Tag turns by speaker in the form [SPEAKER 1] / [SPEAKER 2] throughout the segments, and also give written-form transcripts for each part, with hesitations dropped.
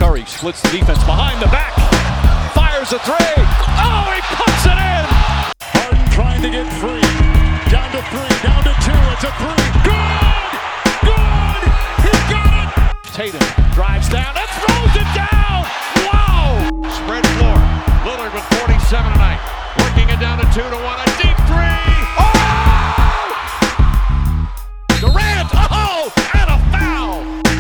[SPEAKER 1] Curry splits the defense behind the back. Fires a three. Oh, he puts it in. Harden trying to get free. Down to three, down to two. It's a three. Good! Good! He got it! Tatum drives down and throws it down. Wow! Spread floor. Lillard with 47 tonight. Working it down to 2-1. A deep three. Oh! Durant. Oh! And a foul.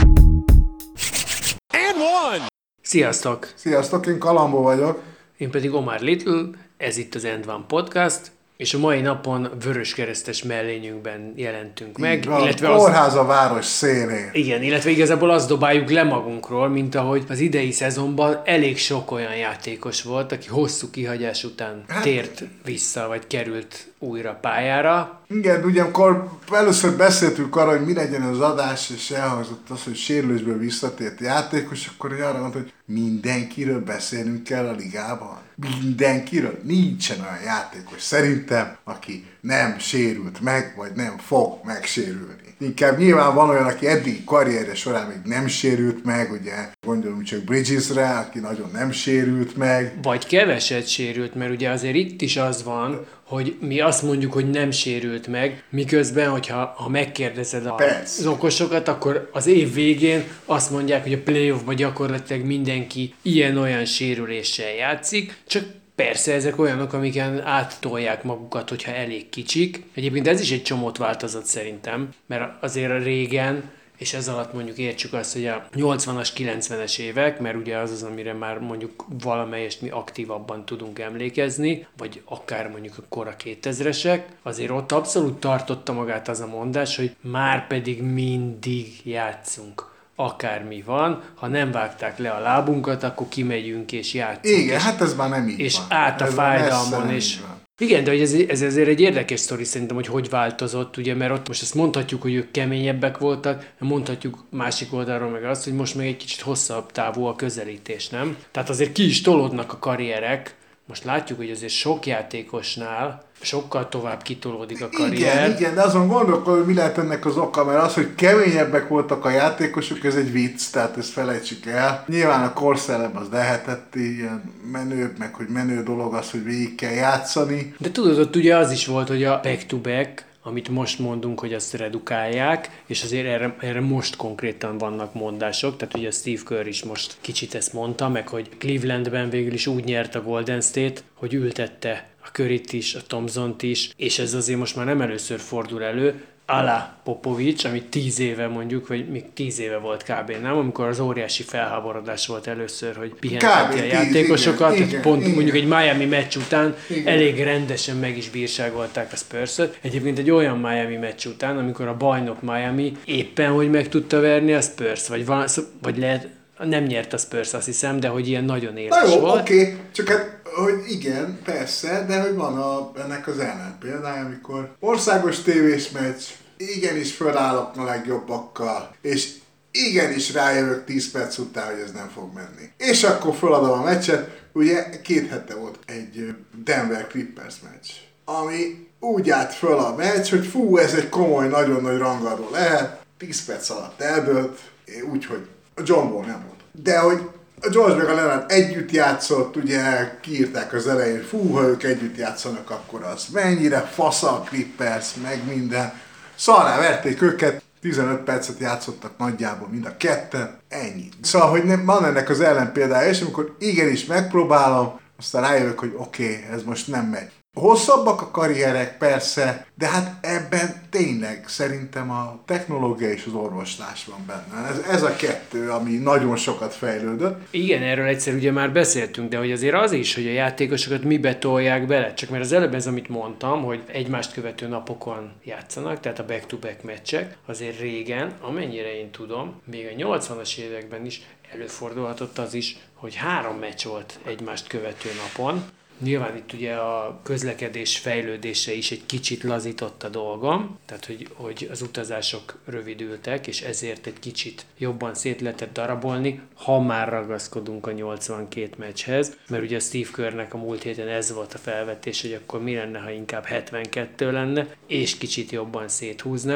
[SPEAKER 1] And one.
[SPEAKER 2] Sziasztok!
[SPEAKER 3] Sziasztok, én Kalambó vagyok.
[SPEAKER 2] Én pedig Omar Little, ez itt az End One Podcast, és a mai napon vöröskeresztes mellényünkben jelentünk meg.
[SPEAKER 3] Illetve kórház a város szélén.
[SPEAKER 2] Igen, illetve igazából azt dobáljuk le magunkról, mint ahogy az idei szezonban elég sok olyan játékos volt, aki hosszú kihagyás után tért vissza, vagy került újra pályára.
[SPEAKER 3] Igen, ugye amikor először beszéltünk arra, hogy mi legyen az adás, és elhangzott az, hogy sérülésből visszatért játékos, akkor arra mondta, hogy mindenkiről beszélnünk kell a ligában. Mindenkiről. Nincsen olyan játékos szerintem, aki nem sérült meg, vagy nem fog megsérülni. Inkább nyilván van olyan, aki eddig karrierje során még nem sérült meg, ugye gondolunk csak Bridgesre, aki nagyon nem sérült meg.
[SPEAKER 2] Vagy keveset sérült, mert ugye azért itt is az van, hogy mi azt mondjuk, hogy nem sérült meg, miközben, hogyha megkérdezed az okosokat, akkor az év végén azt mondják, hogy a playoffban gyakorlatilag mindenki ilyen-olyan sérüléssel játszik, csak persze ezek olyanok, amiken áttolják magukat, hogyha elég kicsik. Egyébként ez is egy csomót változott szerintem, mert azért régen, és ez alatt mondjuk értsük azt, hogy a 80-as, 90-es évek, mert ugye az az, amire már mondjuk valamelyest mi aktívabban tudunk emlékezni, vagy akár mondjuk a kora 2000-esek, azért ott abszolút tartotta magát az a mondás, hogy már pedig mindig játszunk. Akármi van, ha nem vágták le a lábunkat, akkor kimegyünk és játszunk.
[SPEAKER 3] Igen,
[SPEAKER 2] és,
[SPEAKER 3] hát ez már nem így
[SPEAKER 2] és
[SPEAKER 3] van.
[SPEAKER 2] És át a fájdalmon, és... Igen, de hogy ez azért egy érdekes sztori szerintem, hogy változott, ugye, mert ott most azt mondhatjuk, hogy ők keményebbek voltak, mondhatjuk másik oldalról meg azt, hogy most meg egy kicsit hosszabb távú a közelítés, nem? Tehát azért ki is tolódnak a karrierek, most látjuk, hogy azért sok játékosnál sokkal tovább kitolódik a karrier.
[SPEAKER 3] Igen, de azon gondolkodom, hogy mi lehet ennek az oka, mert az, hogy keményebbek voltak a játékosok, ez egy vicc, tehát ezt felejtsük el. Nyilván a korszellem az lehetett ilyen menőbb, meg hogy menő dolog az, hogy végig kell játszani.
[SPEAKER 2] De tudod, ott ugye az is volt, hogy a back-to-back, amit most mondunk, hogy azt redukálják, és azért erre most konkrétan vannak mondások, tehát ugye a Steve Kerr is most kicsit ezt mondta, meg hogy Clevelandben végül is úgy nyert a Golden State, hogy ültette a Curryt is, a Thompsont is, és ez azért most már nem először fordul elő, Ala Popovic, ami 10 éve mondjuk, vagy még 10 éve volt kb. Nem, amikor az óriási felháborodás volt először, hogy pihenteti a játékosokat, igen, pont igen. Mondjuk egy Miami meccs után elég rendesen meg is bírságolták a Spurs-öt. Egyébként egy olyan Miami meccs után, amikor a bajnok Miami éppen, hogy meg tudta verni a Spurs, vagy lehet, nem nyert a Spurs, azt hiszem, de hogy ilyen nagyon éles volt.
[SPEAKER 3] Oké. Csak hát, hogy igen, persze, de hogy van ennek az ellenpéldája, amikor országos tévés meccs, igenis fölállok a legjobbakkal, és igenis rájövök 10 perc után, hogy ez nem fog menni. És akkor föladom a meccset, ugye 2 hete volt egy Denver Clippers meccs, ami úgy állt föl a meccs, hogy fú, ez egy komoly, nagyon nagy rangadó lehet, 10 perc alatt eldőlt, úgyhogy a John Wall nem volt. De hogy a George meg a Leonard együtt játszott, ugye kiírták az elején, fú, ha ők együtt játszanak, akkor az mennyire fasz a Clippers, meg minden. Szarrá verték őket, 15 percet játszottak nagyjából mind a ketten, ennyi. Szóval, hogy van ennek az ellenpéldája, és amikor igenis megpróbálom, aztán rájövök, hogy oké, ez most nem megy. Hosszabbak a karrierek, persze, de hát ebben tényleg szerintem a technológia és az orvoslás van benne. Ez a kettő, ami nagyon sokat fejlődött.
[SPEAKER 2] Igen, erről egyszer ugye már beszéltünk, de hogy azért az is, hogy a játékosokat mibe tolják bele. Csak mert az előbb ez, amit mondtam, hogy egymást követő napokon játszanak, tehát a back-to-back meccsek, azért régen, amennyire én tudom, még a 80-as években is előfordulhatott az is, hogy 3 meccs volt egymást követő napon. Nyilván itt ugye a közlekedés fejlődése is egy kicsit lazított a dolgom, tehát hogy az utazások rövidültek, és ezért egy kicsit jobban szét lehetett darabolni, ha már ragaszkodunk a 82 meccshez, mert ugye a Steve Kerrnek a múlt héten ez volt a felvetés, hogy akkor mi lenne, ha inkább 72 lenne, és kicsit jobban széthúznánk.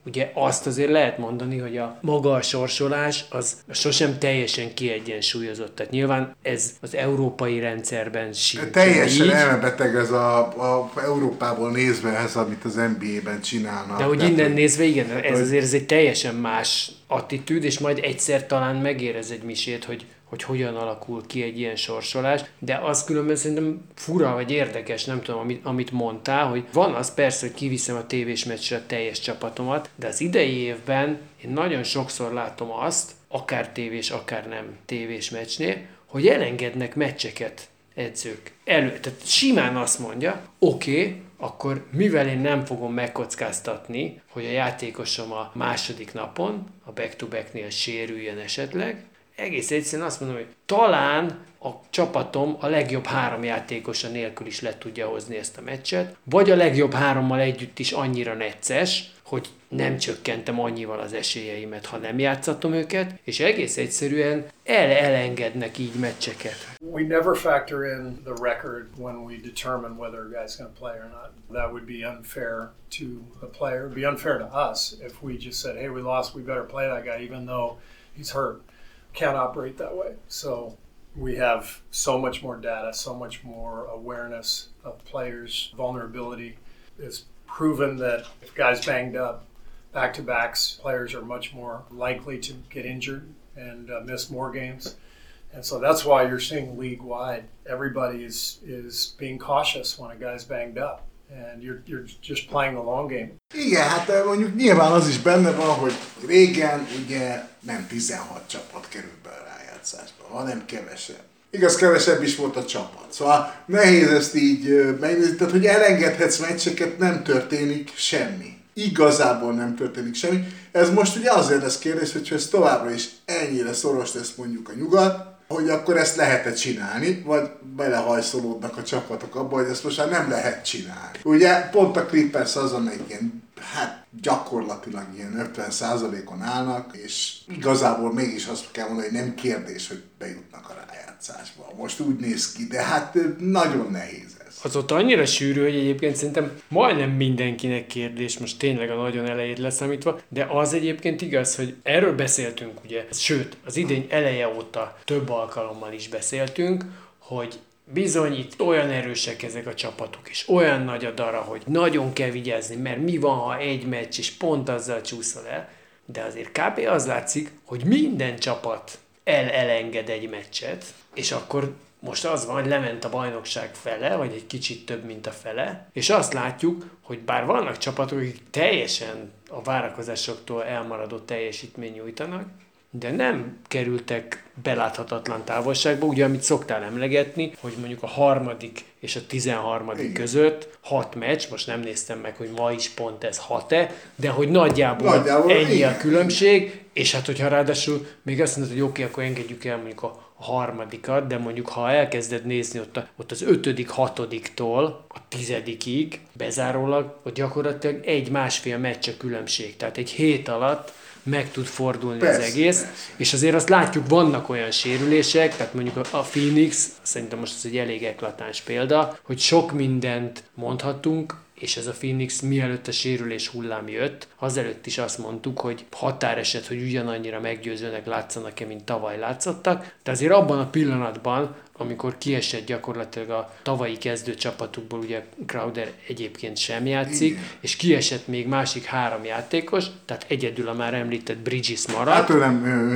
[SPEAKER 2] ugye azt azért lehet mondani, hogy maga a sorsolás az sosem teljesen kiegyensúlyozott. Tehát nyilván ez az európai rendszerben sincs.
[SPEAKER 3] Teljesen elmebeteg ez a Európából nézve ez, amit az NBA-ben csinálnak.
[SPEAKER 2] De hogy innen nézve, igen, ez egy teljesen más attitűd, és majd egyszer talán megérez egy misét, hogy hogyan alakul ki egy ilyen sorsolás, de az különben szerintem fura vagy érdekes, nem tudom, amit mondtál, hogy van az persze, hogy kiviszem a tévés meccsre a teljes csapatomat, de az idei évben én nagyon sokszor látom azt, akár tévés, akár nem tévés meccsnél, hogy elengednek meccseket edzők tehát simán azt mondja, oké, akkor mivel én nem fogom megkockáztatni, hogy a játékosom a második napon, a back-to-backnél sérüljen esetleg, egész egyszerűen azt mondom, hogy talán a csapatom a legjobb 3 játékosa nélkül is le tudja hozni ezt a meccset, vagy a legjobb 3-mal együtt is annyira necces, hogy nem csökkentem annyival az esélyeimet, ha nem játszatom őket, és egész egyszerűen elengednek így meccseket.
[SPEAKER 4] We never factor in the record when we determine whether a guy's going to play or not. That would be unfair to the player. It would be unfair to us if we just said, hey, we lost, we better play that guy even though he's hurt. Can't operate that way. So we have so much more data, so much more awareness of players' vulnerability. It's proven that if guys banged up back-to-backs, players are much more likely to get injured and miss more games. And so that's why you're seeing league-wide, everybody is being cautious when a guy's banged up. And you're just playing the long game.
[SPEAKER 3] Igen, hát mondjuk nyilván az is benne van, hogy régen ugye nem 16 csapat került be a rájátszásba, hanem kevesebb. Igaz, kevesebb is volt a csapat. Szóval nehéz ezt így megnézni, tehát hogy elengedhetsz meccseket, nem történik semmi. Igazából nem történik semmi. Ez most ugye azért lesz kérdés, hogyha ez továbbra is ennyire szoros lesz mondjuk a nyugat, hogy akkor ezt lehet-e csinálni, vagy belehajszolódnak a csapatok abba, hogy ezt most már nem lehet csinálni. Ugye pont a Clippers az, amelyik ilyen, gyakorlatilag ilyen 50%-on állnak, és igazából mégis azt kell mondani, hogy nem kérdés, hogy bejutnak a rájátszásba. Most úgy néz ki, de hát nagyon nehéz ez.
[SPEAKER 2] Az ott annyira sűrű, hogy egyébként szerintem majdnem mindenkinek kérdés, most tényleg a nagyon elejét leszámítva, de az egyébként igaz, hogy erről beszéltünk ugye, sőt, az idény eleje óta több alkalommal is beszéltünk, hogy bizony itt olyan erősek ezek a csapatok, és olyan nagy a dara, hogy nagyon kell vigyázni, mert mi van, ha egy meccs, és pont azzal csúszol el, de azért kb. Az látszik, hogy minden csapat elenged egy meccset, és akkor most az van, hogy lement a bajnokság fele, vagy egy kicsit több, mint a fele, és azt látjuk, hogy bár vannak csapatok, akik teljesen a várakozásoktól elmaradó teljesítmény nyújtanak, de nem kerültek beláthatatlan távolságba, ugye amit szoktál emlegetni, hogy mondjuk a 3. és a 13. között 6 meccs, most nem néztem meg, hogy ma is pont ez 6-e, de hogy nagyjából ennyi
[SPEAKER 3] igen,
[SPEAKER 2] a különbség, és hát hogyha ráadásul még azt mondod, hogy oké, akkor engedjük el mondjuk a 3., de mondjuk ha elkezded nézni ott az 5., 6-tól a 10-ig bezárólag, ott gyakorlatilag 1-1,5 meccs a különbség, tehát egy hét alatt meg tud fordulni persze, az egész, persze. És azért azt látjuk, vannak olyan sérülések, tehát mondjuk a Phoenix, szerintem most ez egy elég eklatáns példa, hogy sok mindent mondhatunk, és ez a Phoenix mielőtt a sérülés hullám jött, azelőtt is azt mondtuk, hogy határeset, hogy ugyanannyira meggyőzőnek látszanak-e, mint tavaly látszottak, de azért abban a pillanatban, amikor kiesett gyakorlatilag a tavalyi kezdő csapatukból, ugye Crowder egyébként sem játszik, igen. És kiesett még másik 3 játékos, tehát egyedül a már említett Bridges maradt.
[SPEAKER 3] Hát ő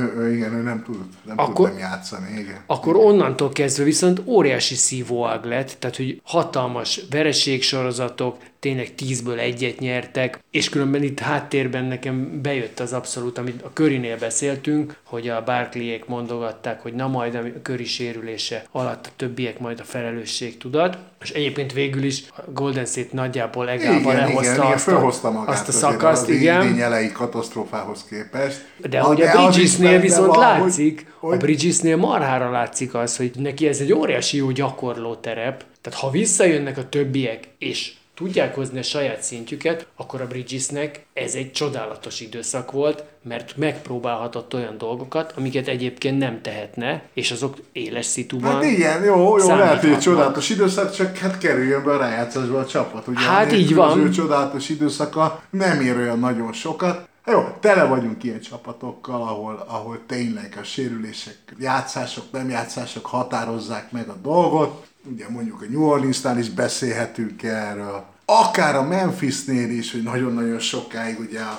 [SPEAKER 3] nem tud játszani, igen.
[SPEAKER 2] Akkor onnantól kezdve viszont óriási szívóág lett, tehát hogy hatalmas vereségsorozatok, tényleg 10-ből 1-et nyertek, és különben itt háttérben nekem bejött az abszolút, amit a Currynél beszéltünk, hogy a Barkleyék mondogatták, hogy na majd a Curry sérülése alatt a többiek majd a felelősségtudat, és egyébként végül is a Golden State nagyjából egálba lehozta azt a szakaszt, igen.
[SPEAKER 3] Az idény elejé katasztrófához képest.
[SPEAKER 2] De hogy a Bridgesnél viszont látszik, a Bridgesnél marhára látszik az, hogy neki ez egy óriási jó gyakorló terep, tehát ha visszajönnek a többiek, és tudják hozni a saját szintjüket, akkor a Bridgesnek ez egy csodálatos időszak volt, mert megpróbálhatott olyan dolgokat, amiket egyébként nem tehetne, és azok éles szituban.
[SPEAKER 3] Hát igen, jó, lehet, hogy egy csodálatos időszak, csak hát kerüljön be a rájátszásba a csapat. Ugye,
[SPEAKER 2] hát így van.
[SPEAKER 3] Az ő csodálatos időszaka nem ér olyan nagyon sokat. Jó, tele vagyunk ilyen csapatokkal, ahol tényleg a sérülések, játszások, nem játszások határozzák meg a dolgot. Ugye mondjuk a New Orleansnál is beszélhetünk erről. Akár a Memphisnél is, hogy nagyon-nagyon sokáig ugye a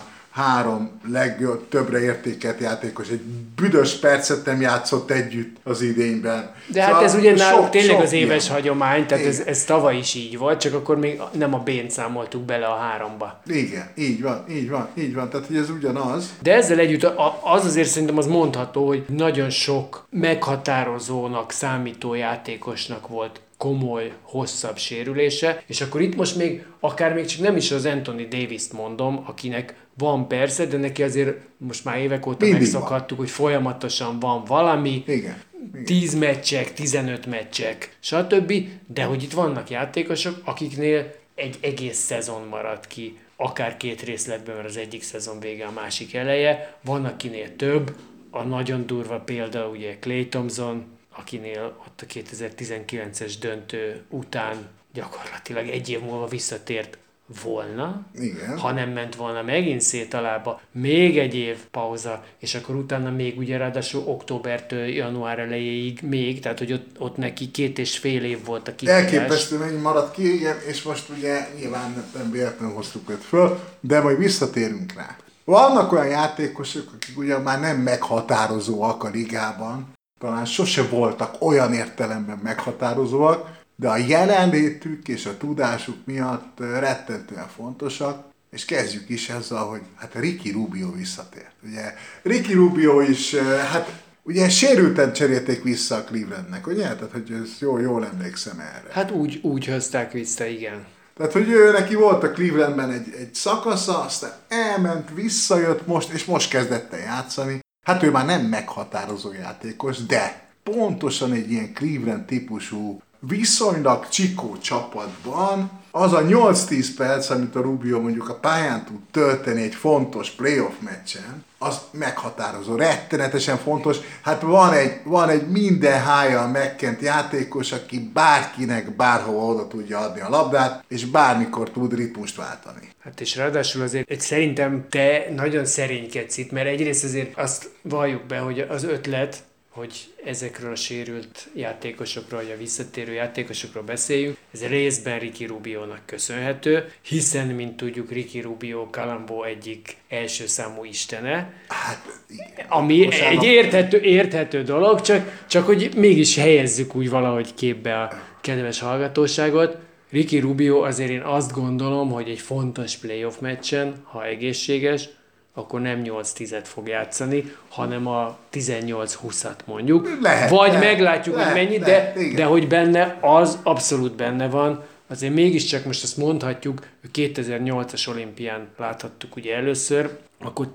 [SPEAKER 3] 3 legtöbbre értékelt játékos egy büdös percet nem játszott együtt az idényben.
[SPEAKER 2] De hát ez ugye náluk tényleg az éves hagyomány, tehát ez tavaly is így volt, csak akkor még nem a B-t számoltuk bele a 3-ba.
[SPEAKER 3] Igen, így van, tehát hogy ez ugyanaz.
[SPEAKER 2] De ezzel együtt az azért szerintem az mondható, hogy nagyon sok meghatározónak számító játékosnak volt komoly, hosszabb sérülése, és akkor itt most még akár még csak nem is az Anthony Davis-t mondom, akinek van persze, de neki azért most már évek óta
[SPEAKER 3] mindig
[SPEAKER 2] megszokhattuk, hogy folyamatosan van valami,
[SPEAKER 3] igen.
[SPEAKER 2] 10 meccsek, 15 meccsek, stb. De hogy itt vannak játékosok, akiknél egy egész szezon marad ki, akár 2 részletben, mert az egyik szezon vége, a másik eleje, van akinél több, a nagyon durva példa ugye Klay Thompson, akinél ott a 2019-es döntő után gyakorlatilag egy év múlva visszatért volna,
[SPEAKER 3] igen.
[SPEAKER 2] Ha nem ment volna megint szétalába, még egy év pauza, és akkor utána még ugye ráadásul októbertől január elejéig még, tehát hogy ott neki 2,5 év volt a kihagyás.
[SPEAKER 3] Elképesztő mennyi maradt ki, igen, és most ugye nyilván nem véletlenül hoztuk őt föl, de majd visszatérünk rá. Vannak olyan játékosok, akik ugye már nem meghatározóak a ligában, talán sose voltak olyan értelemben meghatározóak, de a jelenlétük és a tudásuk miatt rettentően fontosak, és kezdjük is azzal, hogy hát Ricky Rubio visszatért. Ugye Ricky Rubio is, hát ugye sérülten cserélték vissza a Clevelandnek, ugye? Tehát, hogy ezt jól emlékszem erre.
[SPEAKER 2] Hát úgy hozták vissza, igen.
[SPEAKER 3] Tehát, hogy ő neki volt a Clevelandben egy szakasza, aztán elment, visszajött most, és most kezdett el játszani. Hát ő már nem meghatározó játékos, de pontosan egy ilyen Cleveland típusú, viszonylag csikó csapatban az a 8-10 perc, amit a Rubio mondjuk a pályán tud tölteni egy fontos playoff meccsen, az meghatározó, rettenetesen fontos. Hát van egy minden hájjal megkent játékos, aki bárkinek bárhova oda tudja adni a labdát, és bármikor tud ritmust váltani.
[SPEAKER 2] Hát és ráadásul azért szerintem te nagyon szerénykedsz itt, mert egyrészt azért azt valljuk be, hogy az ötlet, hogy ezekről a sérült játékosokról, vagy a visszatérő játékosokról beszéljünk, ez részben Ricky Rubionak köszönhető, hiszen, mint tudjuk, Ricky Rubio Colombo egyik első számú istene,
[SPEAKER 3] hát, igen.
[SPEAKER 2] Ami egy érthető dolog, csak hogy mégis helyezzük úgy valahogy képbe a kedves hallgatóságot. Ricky Rubio azért én azt gondolom, hogy egy fontos playoff meccsen, ha egészséges, akkor nem 8-10-et fog játszani, hanem a 18-20-at mondjuk. Vagy meglátjuk, hogy mennyi, de hogy benne, az abszolút benne van. Azért mégiscsak most azt mondhatjuk, 2008-as olimpián láthattuk ugye először, akkor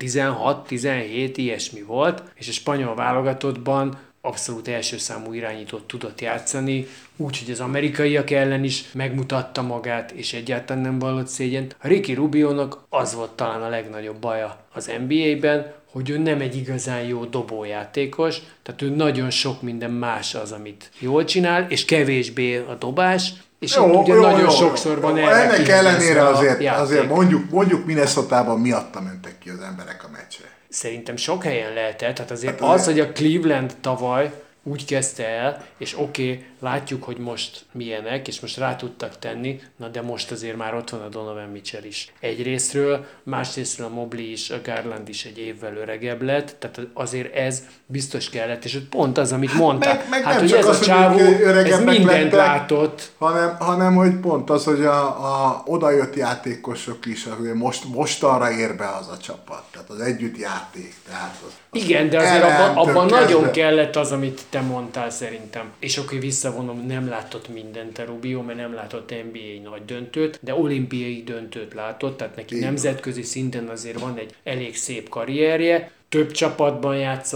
[SPEAKER 2] 16-17 ilyesmi volt, és a spanyol válogatottban abszolút első számú irányítót tudott játszani, úgyhogy az amerikaiak ellen is megmutatta magát, és egyáltalán nem vallott szégyent. A Ricky Rubionak az volt talán a legnagyobb baja az NBA-ben, hogy ő nem egy igazán jó dobójátékos, tehát ő nagyon sok minden más az, amit jól csinál, és kevésbé a dobás, és ugye nagyon sokszor van erre.
[SPEAKER 3] Ennek ellenére azért mondjuk Minnesotában miatta mentek ki az emberek a meccsre.
[SPEAKER 2] Szerintem sok helyen lehetett, tehát azért az, hogy a Cleveland tavaly úgy kezdte el, és oké, látjuk, hogy most milyenek, és most rá tudtak tenni, na de most azért már ott van a Donovan Mitchell is egyrésztről, másrésztről a Mobley is, a Garland is egy évvel öregebb lett, tehát azért ez biztos kellett, és pont az, amit mondtál. Hát, hogy ez a csávó, ez mindent látott.
[SPEAKER 3] Hanem, hogy pont az, hogy a odajött játékosok is, mostanra ér be az a csapat, tehát az együttjáték.
[SPEAKER 2] Igen, de azért abban nagyon kellett az, amit te mondtál szerintem. És oké, visszavonom, nem látott mindent a Rubio, mert nem látott NBA nagy döntőt, de olimpiai döntőt látott, tehát neki nemzetközi szinten azért van egy elég szép karrierje, több csapatban játszott,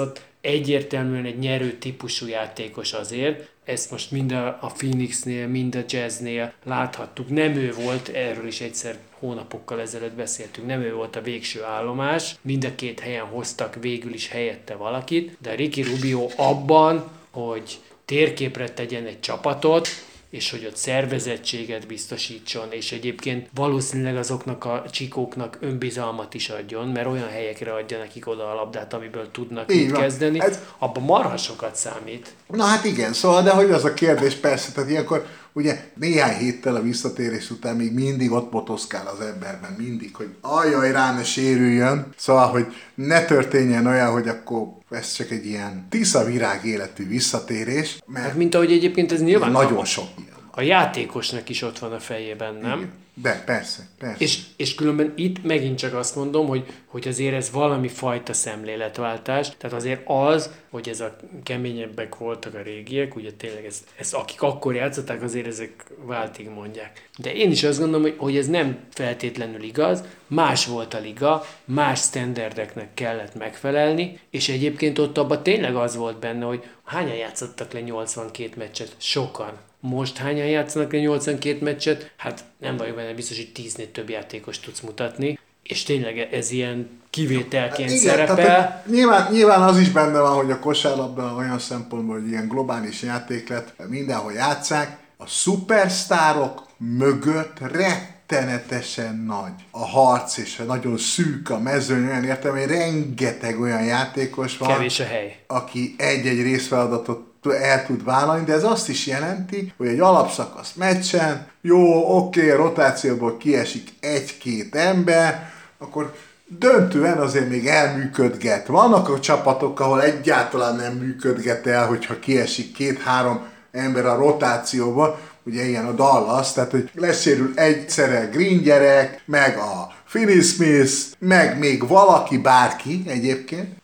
[SPEAKER 2] egyértelműen egy nyerő típusú játékos azért, ezt most mind a Phoenixnél, mind a Jazznél láthattuk. Nem ő volt, erről is egyszer hónapokkal ezelőtt beszéltünk, nem ő volt a végső állomás, mind a két helyen hoztak végül is helyette valakit, de Ricky Rubio abban, hogy térképre tegyen egy csapatot, és hogy ott szervezettséget biztosítson, és egyébként valószínűleg azoknak a csikóknak önbizalmat is adjon, mert olyan helyekre adja nekik oda a labdát, amiből tudnak mit kezdeni, abban marha sokat számít.
[SPEAKER 3] Na hát igen, szóval, de hogy az a kérdés persze, tehát ilyenkor ugye néhány héttel a visszatérés után még mindig ott motoszkál az emberben, mindig, hogy ajjaj, rá ne sérüljön, szóval, hogy ne történjen olyan, hogy akkor ez csak egy ilyen tiszavirág életű visszatérés, mert
[SPEAKER 2] hát mint ahogy egyébként ez nyilván
[SPEAKER 3] nagyon sok ilyen.
[SPEAKER 2] A játékosnak is ott van a fejében, nem?
[SPEAKER 3] Igen. De persze.
[SPEAKER 2] És különben itt megint csak azt mondom, hogy azért ez valami fajta szemléletváltás, tehát azért az, hogy ez a keményebbek voltak a régiek, ugye tényleg ez akik akkor játszották, azért ezek váltig mondják. De én is azt gondolom, hogy ez nem feltétlenül igaz, más volt a liga, más sztenderdeknek kellett megfelelni, és egyébként ott abban tényleg az volt benne, hogy hányan játszottak le 82 meccset? Sokan. Most hányan játszanak le 82 meccset? Hát nem vagyok benne biztos, hogy 10-nél több játékos tudsz mutatni, és tényleg ez ilyen kivételként
[SPEAKER 3] igen,
[SPEAKER 2] szerepel.
[SPEAKER 3] Tehát, nyilván az is benne van, hogy a kosárlabda olyan szempontból, hogy ilyen globális játék lett, mindenhol játsszák, a szupersztárok mögött rettenetesen nagy a harc, és nagyon szűk a mezőny, olyan értem, hogy rengeteg olyan játékos van,
[SPEAKER 2] kevés a hely,
[SPEAKER 3] aki egy-egy részfeladatot el tud vállalni, de ez azt is jelenti, hogy egy alapszakasz meccsen, rotációból kiesik egy-két ember, akkor döntően azért még elműködget. Vannak a csapatok, ahol egyáltalán nem működget el, hogyha kiesik 2-3 ember a rotációba, ugye ilyen a Dallas, tehát hogy lesérül egyszerre Green gyerek, meg a Finney Smith, meg még valaki, bárki egyébként,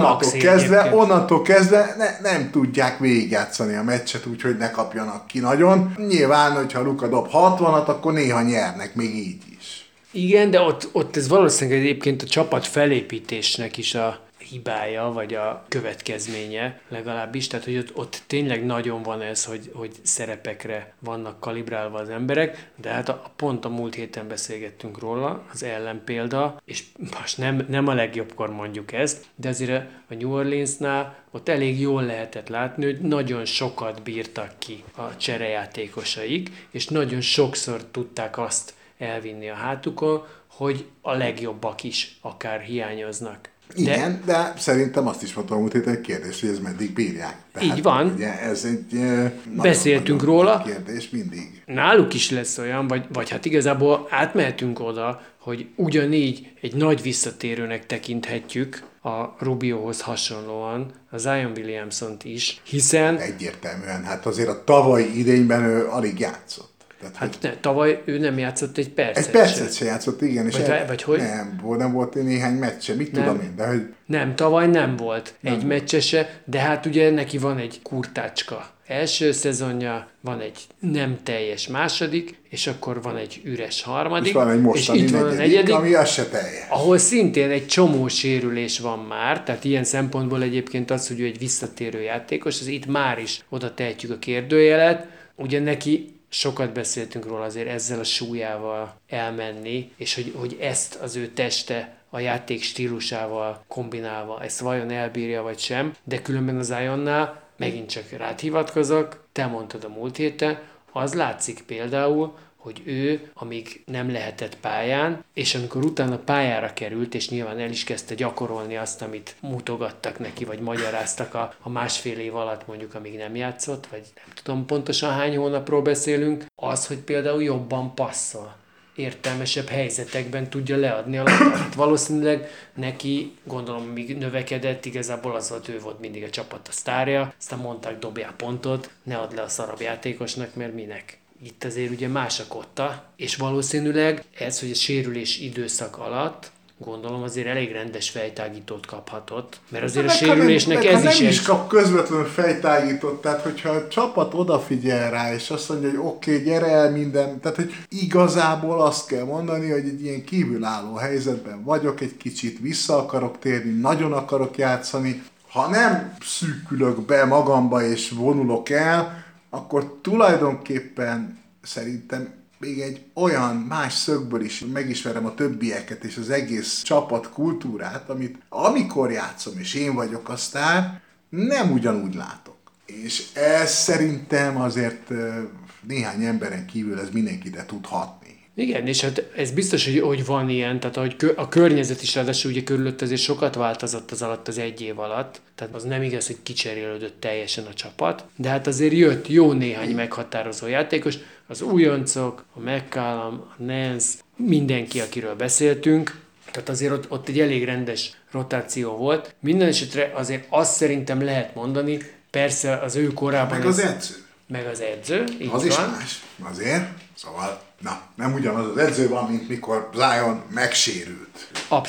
[SPEAKER 3] onnantól kezdve nem tudják végigjátszani a meccset, úgyhogy ne kapjanak ki nagyon. Nyilván, hogyha Luka dob 60-at, akkor néha nyernek, még így is.
[SPEAKER 2] Igen, de ott ez valószínűleg egyébként a csapat felépítésnek is a hibája, vagy a következménye legalábbis, tehát hogy ott tényleg nagyon van ez, hogy szerepekre vannak kalibrálva az emberek, de hát pont a múlt héten beszélgettünk róla, az ellenpélda, és most nem a legjobbkor mondjuk ezt, de azért a New Orleansnál ott elég jól lehetett látni, hogy nagyon sokat bírtak ki a cserejátékosaik, és nagyon sokszor tudták azt elvinni a hátukon, hogy a legjobbak is akár hiányoznak.
[SPEAKER 3] Igen, de szerintem azt is mondtam, hogy egy kérdés, hogy ez meddig bírják. Tehát,
[SPEAKER 2] így van.
[SPEAKER 3] Ugye, ez egy
[SPEAKER 2] beszéltünk róla.
[SPEAKER 3] Kérdés mindig.
[SPEAKER 2] Náluk is lesz olyan, vagy hát igazából átmehetünk oda, hogy ugyanígy egy nagy visszatérőnek tekinthetjük a Rubiohoz hasonlóan a Zion Williamsont is, hiszen...
[SPEAKER 3] Egyértelműen, hát azért a tavalyi idényben ő alig játszott. Tehát,
[SPEAKER 2] hát tavaly ő nem játszott egy percet.
[SPEAKER 3] Egy percet se játszott, igen. És
[SPEAKER 2] vagy hogy?
[SPEAKER 3] Nem volt néhány meccse, mit tudom én, de hogy...
[SPEAKER 2] Nem, tavaly nem volt egy meccse se, de hát ugye neki van egy kurtácska első szezonja, van egy nem teljes második, és akkor van egy üres harmadik. És
[SPEAKER 3] van egy mostani negyedik, ami az se teljes.
[SPEAKER 2] Ahol szintén egy csomó sérülés van már, tehát ilyen szempontból egyébként az, hogy ő egy visszatérő játékos, az itt már is oda tehetjük a kérdőjelet. Ugye neki sokat beszéltünk róla azért ezzel a súlyával elmenni, és hogy ezt az ő teste a játék stílusával kombinálva, ezt vajon elbírja vagy sem, de különben az Zionnál megint csak rád hivatkozok, te mondtad a múlt héten, az látszik például, hogy ő, amíg nem lehetett pályán, és amikor utána pályára került, és nyilván el is kezdte gyakorolni azt, amit mutogattak neki, vagy magyaráztak a másfél év alatt mondjuk, amíg nem játszott, vagy nem tudom pontosan hány hónapról beszélünk, az, hogy például jobban passzol. Értelmesebb helyzetekben tudja leadni a labdát. Valószínűleg neki, gondolom, míg növekedett, igazából az volt, ő volt mindig a csapat a sztárja, aztán mondták, dobjál pontot, ne add le a szarabb játékosnak, mert minek. Itt azért ugye más a kotta, és valószínűleg ez, hogy a sérülés időszak alatt, gondolom azért elég rendes fejtágítót kaphatott, mert azért a sérülésnek ez is
[SPEAKER 3] nem is kap közvetlenül fejtágítót, tehát hogyha a csapat odafigyel rá, és azt mondja, hogy oké, gyere el minden, tehát hogy igazából azt kell mondani, hogy egy ilyen kívülálló helyzetben vagyok, egy kicsit vissza akarok térni, nagyon akarok játszani, ha nem szűkülök be magamba és vonulok el, akkor tulajdonképpen szerintem még egy olyan más szögből is megismerem a többieket és az egész csapat kultúrát, amit amikor játszom és én vagyok a sztár, nem ugyanúgy látok. És ez szerintem azért néhány emberen kívül ez mindenkire tud hatni.
[SPEAKER 2] Igen, és hát ez biztos, hogy van ilyen, tehát ahogy a környezet is ráadásul ugye körülött azért sokat változott az alatt az egy év alatt, tehát az nem igaz, hogy kicserélődött teljesen a csapat, de hát azért jött jó néhány meghatározó játékos, az újoncok, a McCallum, a Nance, mindenki, akiről beszéltünk, tehát azért ott egy elég rendes rotáció volt. Minden esetre azért azt szerintem lehet mondani, persze az ő korában...
[SPEAKER 3] Meg az edző.
[SPEAKER 2] Meg az edző, így
[SPEAKER 3] az
[SPEAKER 2] van.
[SPEAKER 3] is más, azért. Szóval, nem ugyanaz az edző van, mint mikor Zion megsérült.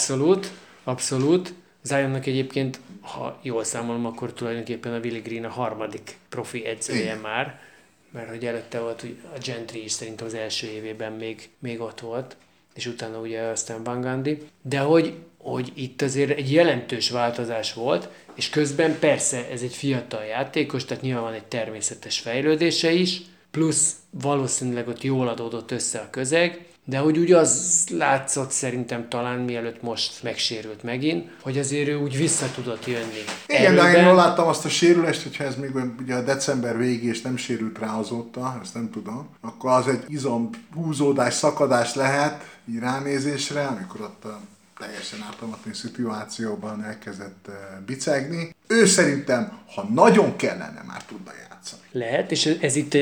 [SPEAKER 2] Abszolút. Zionnak egyébként, ha jól számolom, akkor tulajdonképpen a Willie Green a harmadik profi edzője igen. Már, mert hogy előtte volt, hogy a Gentry is szerintem az első évében még ott volt, és utána ugye aztán Van Gundy. De hogy itt azért egy jelentős változás volt, és közben persze ez egy fiatal játékos, tehát nyilván van egy természetes fejlődése is, plusz valószínűleg ott jól adódott össze a közeg, de hogy úgy az látszott szerintem talán mielőtt most megsérült megint, hogy azért ő úgy vissza tudott jönni.
[SPEAKER 3] Igen, de én jól láttam azt a sérülést, hogyha ez még ugye a december végé és nem sérült rá azóta, ezt nem tudom, akkor az egy húzódás, szakadás lehet így ránézésre, amikor ott a teljesen ártalmatlan szituációban elkezdett bicegni. Ő szerintem, ha nagyon kellene, már tudna játszani.
[SPEAKER 2] Lehet, és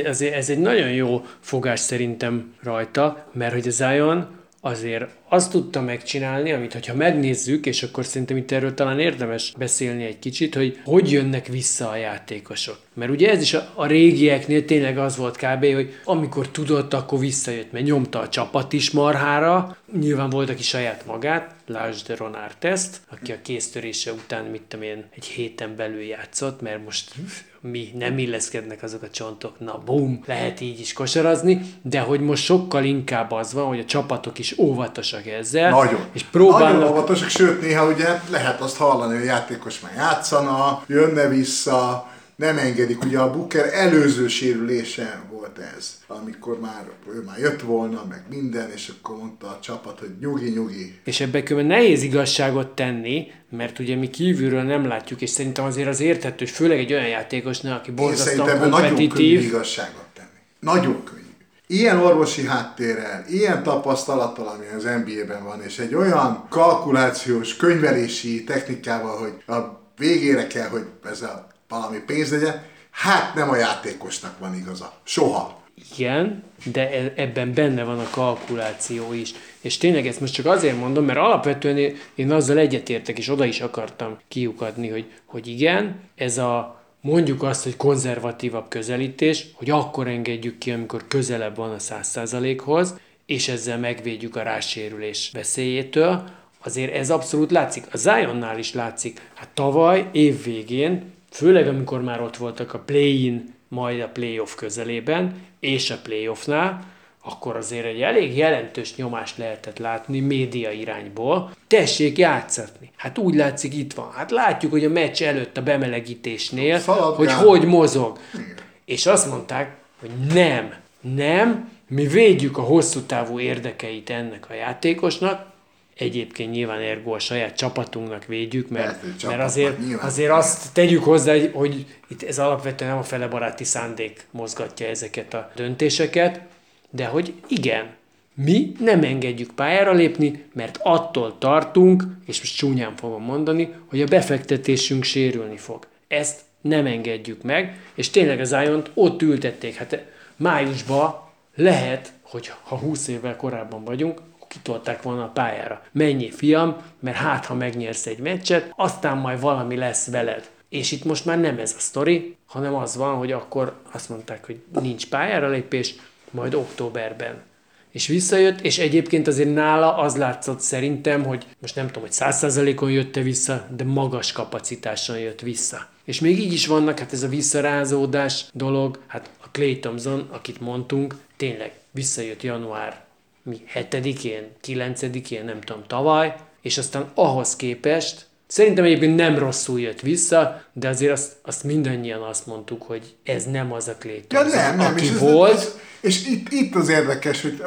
[SPEAKER 2] ez egy nagyon jó fogás szerintem rajta, mert hogy a Zion azért azt tudta megcsinálni, amit hogyha megnézzük, és akkor szerintem itt erről talán érdemes beszélni egy kicsit, hogy jönnek vissza a játékosok. Mert ugye ez is a régieknél tényleg az volt kb., hogy amikor tudott, akkor visszajött, mert nyomta a csapat is marhára. Nyilván volt, aki saját magát, lásd Ron Artest, aki a kéztörése után, mit tudom én, egy héten belül játszott, mert most nem illeszkednek azok a csontok, na bum, lehet így is kosarazni, de hogy most sokkal inkább az van, hogy a csapatok is óvatosak ezzel.
[SPEAKER 3] Nagyon.
[SPEAKER 2] És próbálnak...
[SPEAKER 3] Nagyon óvatosak, sőt néha ugye lehet azt hallani, hogy a játékos már játszana, jönne vissza, nem engedik. Ugye a Booker előző sérülése volt ez, amikor ő már jött volna, meg minden, és akkor mondta a csapat, hogy nyugi.
[SPEAKER 2] És ebben különben nehéz igazságot tenni, mert ugye mi kívülről nem látjuk, és szerintem azért az érthető, és főleg egy olyan játékosnál, aki borzasztóan kompetitív.
[SPEAKER 3] Nagyon könnyű igazságot tenni. Nagyon könnyű. Ilyen orvosi háttérrel, ilyen tapasztalattal, ami az NBA-ben van, és egy olyan kalkulációs, könyvelési technikával, hogy a végére kell, hogy ez a valami pénz legyen, hát nem a játékosnak van igaza. Soha.
[SPEAKER 2] Igen, de ebben benne van a kalkuláció is. És tényleg ezt most csak azért mondom, mert alapvetően én azzal egyetértek, és oda is akartam kiukadni, hogy igen, ez a mondjuk azt, hogy konzervatívabb közelítés, hogy akkor engedjük ki, amikor közelebb van a 100%-hoz, és ezzel megvédjük a rásérülés veszélyétől. Azért ez abszolút látszik. A Zionnál is látszik. Hát tavaly év végén, főleg amikor már ott voltak a play-in, majd a playoff közelében, és a playoffnál, akkor azért egy elég jelentős nyomást lehetett látni média irányból. Tessék játszatni. Hát úgy látszik, itt van. Hát látjuk, hogy a meccs előtt a bemelegítésnél, hogy mozog. És azt mondták, hogy nem, mi védjük a hosszú távú érdekeit ennek a játékosnak. Egyébként nyilván ergo a saját csapatunknak védjük, mert azért azt tegyük hozzá, hogy itt ez alapvetően nem a felebaráti szándék mozgatja ezeket a döntéseket, de hogy igen, mi nem engedjük pályára lépni, mert attól tartunk, és most csúnyán fogom mondani, hogy a befektetésünk sérülni fog. Ezt nem engedjük meg, és tényleg a Ziont ott ültették. Hát májusban lehet, hogy ha 20 évvel korábban vagyunk, kitolták volna a pályára. Menjél, fiam, mert hát, ha megnyersz egy meccset, aztán majd valami lesz veled. És itt most már nem ez a sztori, hanem az van, hogy akkor azt mondták, hogy nincs pályára lépés, majd októberben. És visszajött, és egyébként azért nála az látszott szerintem, hogy most nem tudom, hogy 100%-on jött-e vissza, de magas kapacitáson jött vissza. És még így is vannak, hát ez a visszarázódás dolog, hát a Klay Thompson, akit mondtunk, tényleg visszajött január 7-én, 9-én, nem tudom, tavaly, és aztán ahhoz képest Szerintem egyébként nem rosszul jött vissza, de azért azt mindannyian azt mondtuk, hogy ez nem az a Klay Thompson, aki
[SPEAKER 3] és
[SPEAKER 2] volt.
[SPEAKER 3] És itt az érdekes, hogy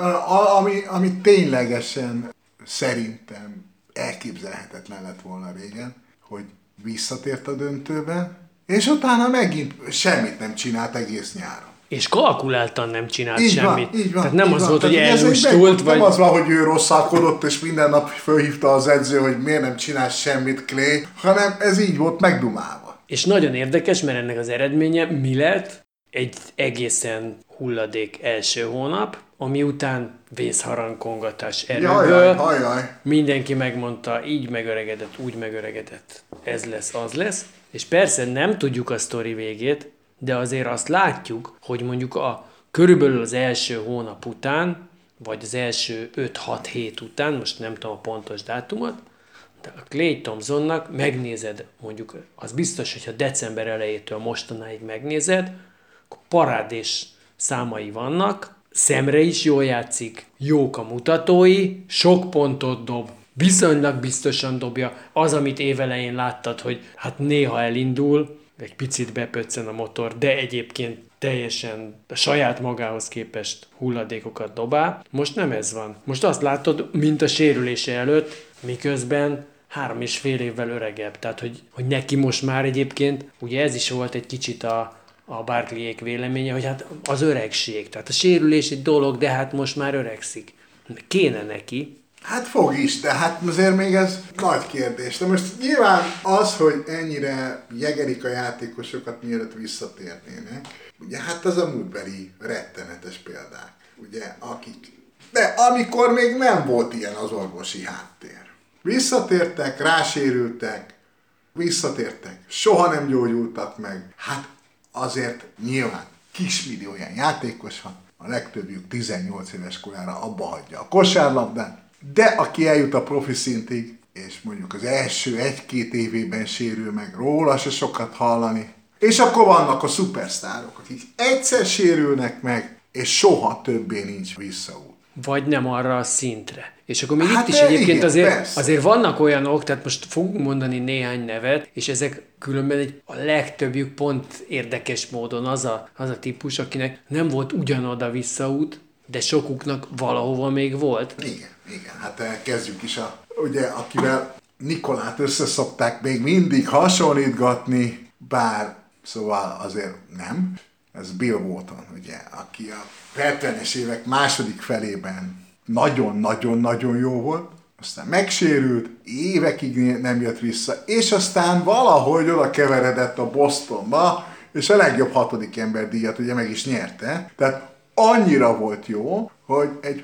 [SPEAKER 3] ami ténylegesen szerintem elképzelhetetlen lett volna régen, hogy visszatért a döntőbe, és utána megint semmit nem csinált egész nyáron.
[SPEAKER 2] És kalkuláltan nem csinált
[SPEAKER 3] Így
[SPEAKER 2] semmit.
[SPEAKER 3] van, így van.
[SPEAKER 2] Tehát nem
[SPEAKER 3] így
[SPEAKER 2] az
[SPEAKER 3] van.
[SPEAKER 2] volt, hogy
[SPEAKER 3] Tehát
[SPEAKER 2] elustult, vagy...
[SPEAKER 3] Nem az van, hogy ő rosszalkodott, és minden nap fölhívta az edző, hogy miért nem csinál semmit Klay, hanem ez így volt megdumálva.
[SPEAKER 2] És nagyon érdekes, mert ennek az eredménye mi lett? Egy egészen hulladék első hónap, ami után vészharangkongatás erőből.
[SPEAKER 3] Hajjaj.
[SPEAKER 2] Mindenki megmondta, így megöregedett, úgy megöregedett, ez lesz, az lesz. És persze nem tudjuk a sztori végét, de azért azt látjuk, hogy mondjuk körülbelül az első hónap után, vagy az első 5-6 hét után, most nem tudom a pontos dátumot, de a Klay Thompsonnak megnézed, mondjuk az biztos, hogyha december elejétől mostanáig megnézed, akkor parádés számai vannak, szemre is jól játszik, jók a mutatói, sok pontot dob, viszonylag biztosan dobja. Az, amit évelején láttad, hogy hát néha elindul, egy picit bepöccen a motor, de egyébként teljesen a saját magához képest hulladékokat dobál. Most nem ez van. Most azt látod, mint a sérülése előtt, miközben 3,5 évvel öregebb. Tehát, hogy neki most már egyébként, ugye ez is volt egy kicsit a Barkleyék véleménye, hogy hát az öregség. Tehát a sérülés egy dolog, de hát most már öregszik. Kéne neki.
[SPEAKER 3] Hát fog is, de hát azért még ez nagy kérdés. De most nyilván az, hogy ennyire jegerik a játékosokat, mielőtt visszatérnének, ugye hát az a múltbeli rettenetes példák, ugye, akik... De amikor még nem volt ilyen az orvosi háttér. Visszatértek, rásérültek, visszatértek, soha nem gyógyultak meg. Hát azért nyilván kismillió olyan játékos van, a legtöbbjük 18 éves korára abba hagyja a kosárlabdát, de aki eljut a profi szintig, és mondjuk az első 1-2 évében sérül meg, róla se sokat hallani, és akkor vannak a szupersztárok, akik egyszer sérülnek meg, és soha többé nincs visszaút.
[SPEAKER 2] Vagy nem arra a szintre. És akkor még
[SPEAKER 3] Hát
[SPEAKER 2] itt is egyébként
[SPEAKER 3] igen,
[SPEAKER 2] azért vannak olyanok, tehát most fogunk mondani néhány nevet, és ezek különben a legtöbbjük pont érdekes módon az a típus, akinek nem volt ugyanoda visszaút, de sokuknak valahova még volt.
[SPEAKER 3] Igen, hát kezdjük is ugye, akivel Nikolát összeszokták még mindig hasonlítgatni, bár szóval azért nem. Ez Bill Walton, ugye, aki a 70-es évek második felében nagyon-nagyon-nagyon jó volt, aztán megsérült, évekig nem jött vissza, és aztán valahogy oda keveredett a Bostonba, és a legjobb 6. ember díjat ugye meg is nyerte. Tehát annyira volt jó, hogy egy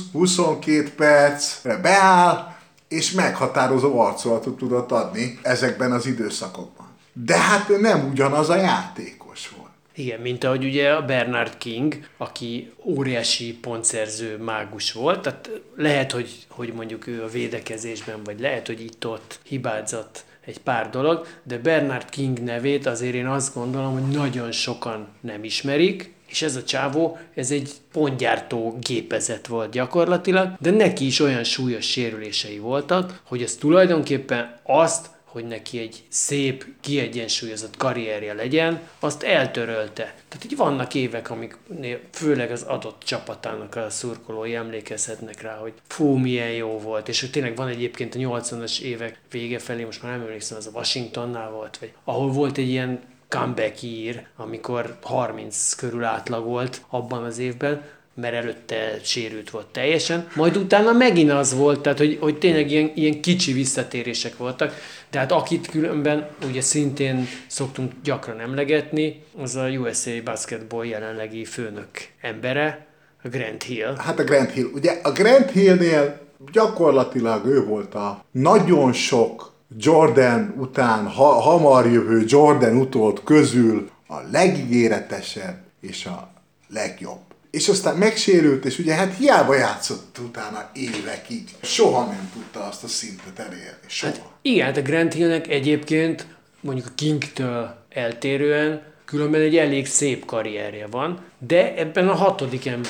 [SPEAKER 3] 20-22 percre beáll, és meghatározó arcolatot tudott adni ezekben az időszakokban. De hát nem ugyanaz a játékos volt.
[SPEAKER 2] Igen, mint ahogy ugye a Bernard King, aki óriási pontszerző mágus volt, tehát lehet, hogy mondjuk ő a védekezésben, vagy lehet, hogy itt-ott hibázott egy pár dolog, de Bernard King nevét azért én azt gondolom, hogy nagyon sokan nem ismerik, és ez a csávó, ez egy pontgyártó gépezet volt gyakorlatilag, de neki is olyan súlyos sérülései voltak, hogy ez tulajdonképpen azt, hogy neki egy szép, kiegyensúlyozott karrierje legyen, azt eltörölte. Tehát így vannak évek, amik főleg az adott csapatának a szurkolói emlékezhetnek rá, hogy fú, milyen jó volt, és hogy tényleg van egyébként a 80-as évek vége felé, most már nem emlékszem, az a Washingtonnál volt, vagy ahol volt egy ilyen comeback year, amikor 30 körül átlagolt abban az évben, mert előtte sérült volt teljesen, majd utána megint az volt, tehát hogy tényleg ilyen kicsi visszatérések voltak, de hát akit különben ugye szintén szoktunk gyakran emlegetni, az a USA Basketball jelenlegi főnök embere, a Grant Hill.
[SPEAKER 3] Hát a Grant Hill. Ugye a Grant Hillnél gyakorlatilag ő volt a nagyon sok Jordan után, hamar jövő Jordan utolt közül a legígéretesebb és a legjobb. És aztán megsérült, és ugye hát hiába játszott utána évekig. Soha nem tudta azt a szintet elérni. Soha.
[SPEAKER 2] Hát igen, hát a Grant Hillnek egyébként mondjuk a Kingtől eltérően különben egy elég szép karrierje van, de ebben a 6. ember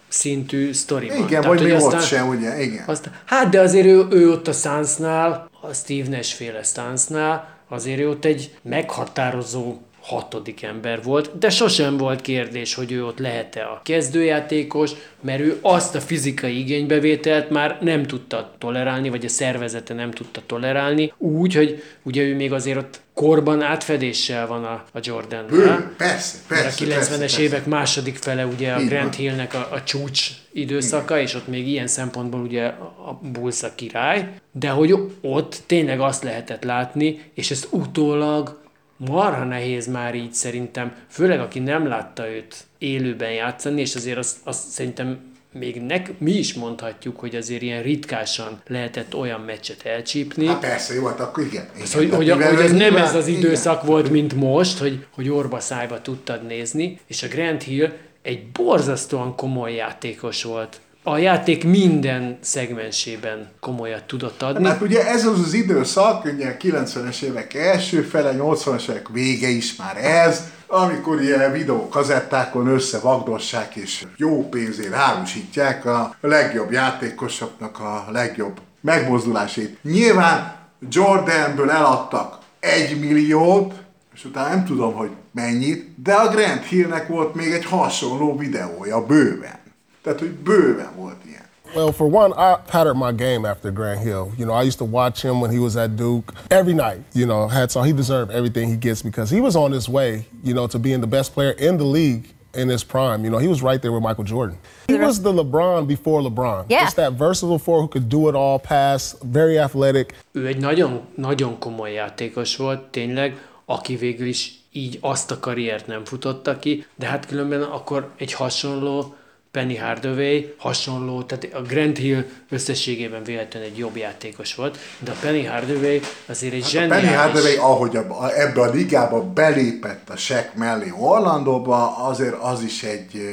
[SPEAKER 2] szintű sztori van.
[SPEAKER 3] Igen, vagy még ott sem, ugye, igen.
[SPEAKER 2] Hát de azért ő ott a Sunsnál, a Steve Nash-féle Sunsnál, azért ő ott egy meghatározó hatodik ember volt, de sosem volt kérdés, hogy ő ott lehet-e a kezdőjátékos, mert ő azt a fizikai igénybevételt már nem tudta tolerálni, vagy a szervezete nem tudta tolerálni, úgy, hogy ugye ő még azért ott korban átfedéssel van a Jordannal.
[SPEAKER 3] Persze.
[SPEAKER 2] A 90-es évek második fele ugye a Grant Hillnek a csúcs időszaka, és ott még ilyen szempontból ugye a Bulls a király, de hogy ott tényleg azt lehetett látni, és ezt utólag marha nehéz már így szerintem, főleg aki nem látta őt élőben játszani, és azért azt szerintem még mi is mondhatjuk, hogy azért ilyen ritkásan lehetett olyan meccset elcsípni.
[SPEAKER 3] Hát persze, jó, hát akkor igen.
[SPEAKER 2] Hogy ez nem ez az időszak volt, mint most, hogy orba szájba tudtad nézni, és a Grant Hill egy borzasztóan komoly játékos volt. A játék minden szegmensében komolyat tudott adni.
[SPEAKER 3] Hát ugye ez az időszak, ugye 90-es évek első fele, 80-as évek vége is már ez, amikor ilyen videókazettákon összevagdossák és jó pénzért árusítják a legjobb játékosoknak a legjobb megmozdulásait. Nyilván Jordanből eladtak 1 milliót, és utána nem tudom, hogy mennyit, de a Grant Hillnek volt még egy hasonló videója bőven. Tehát, hogy bőven volt ilyen.
[SPEAKER 5] Well, for one, I patterned my game after Grant Hill. You know, I used to watch him when he was at Duke every night. You know, he deserved everything he gets because he was on his way, you know, to being the best player in the league in his prime. You know, he was right there with Michael Jordan. He was the LeBron before LeBron.
[SPEAKER 6] Yeah.
[SPEAKER 5] Just that versatile forward who could do it all, pass, very athletic.
[SPEAKER 2] Ő egy nagyon, nagyon komoly játékos volt, tényleg, aki végül is így azt a karriert nem futotta ki, de hát különben akkor egy hasonló Penny Hardaway, hasonló, tehát a Grant Hill összességében véletlenül egy jobb játékos volt, de a Penny Hardaway azért egy zseniális.
[SPEAKER 3] A Penny Hardaway, ahogy ebbe a ligába belépett a Shaq mellé Orlandóba, azért az is egy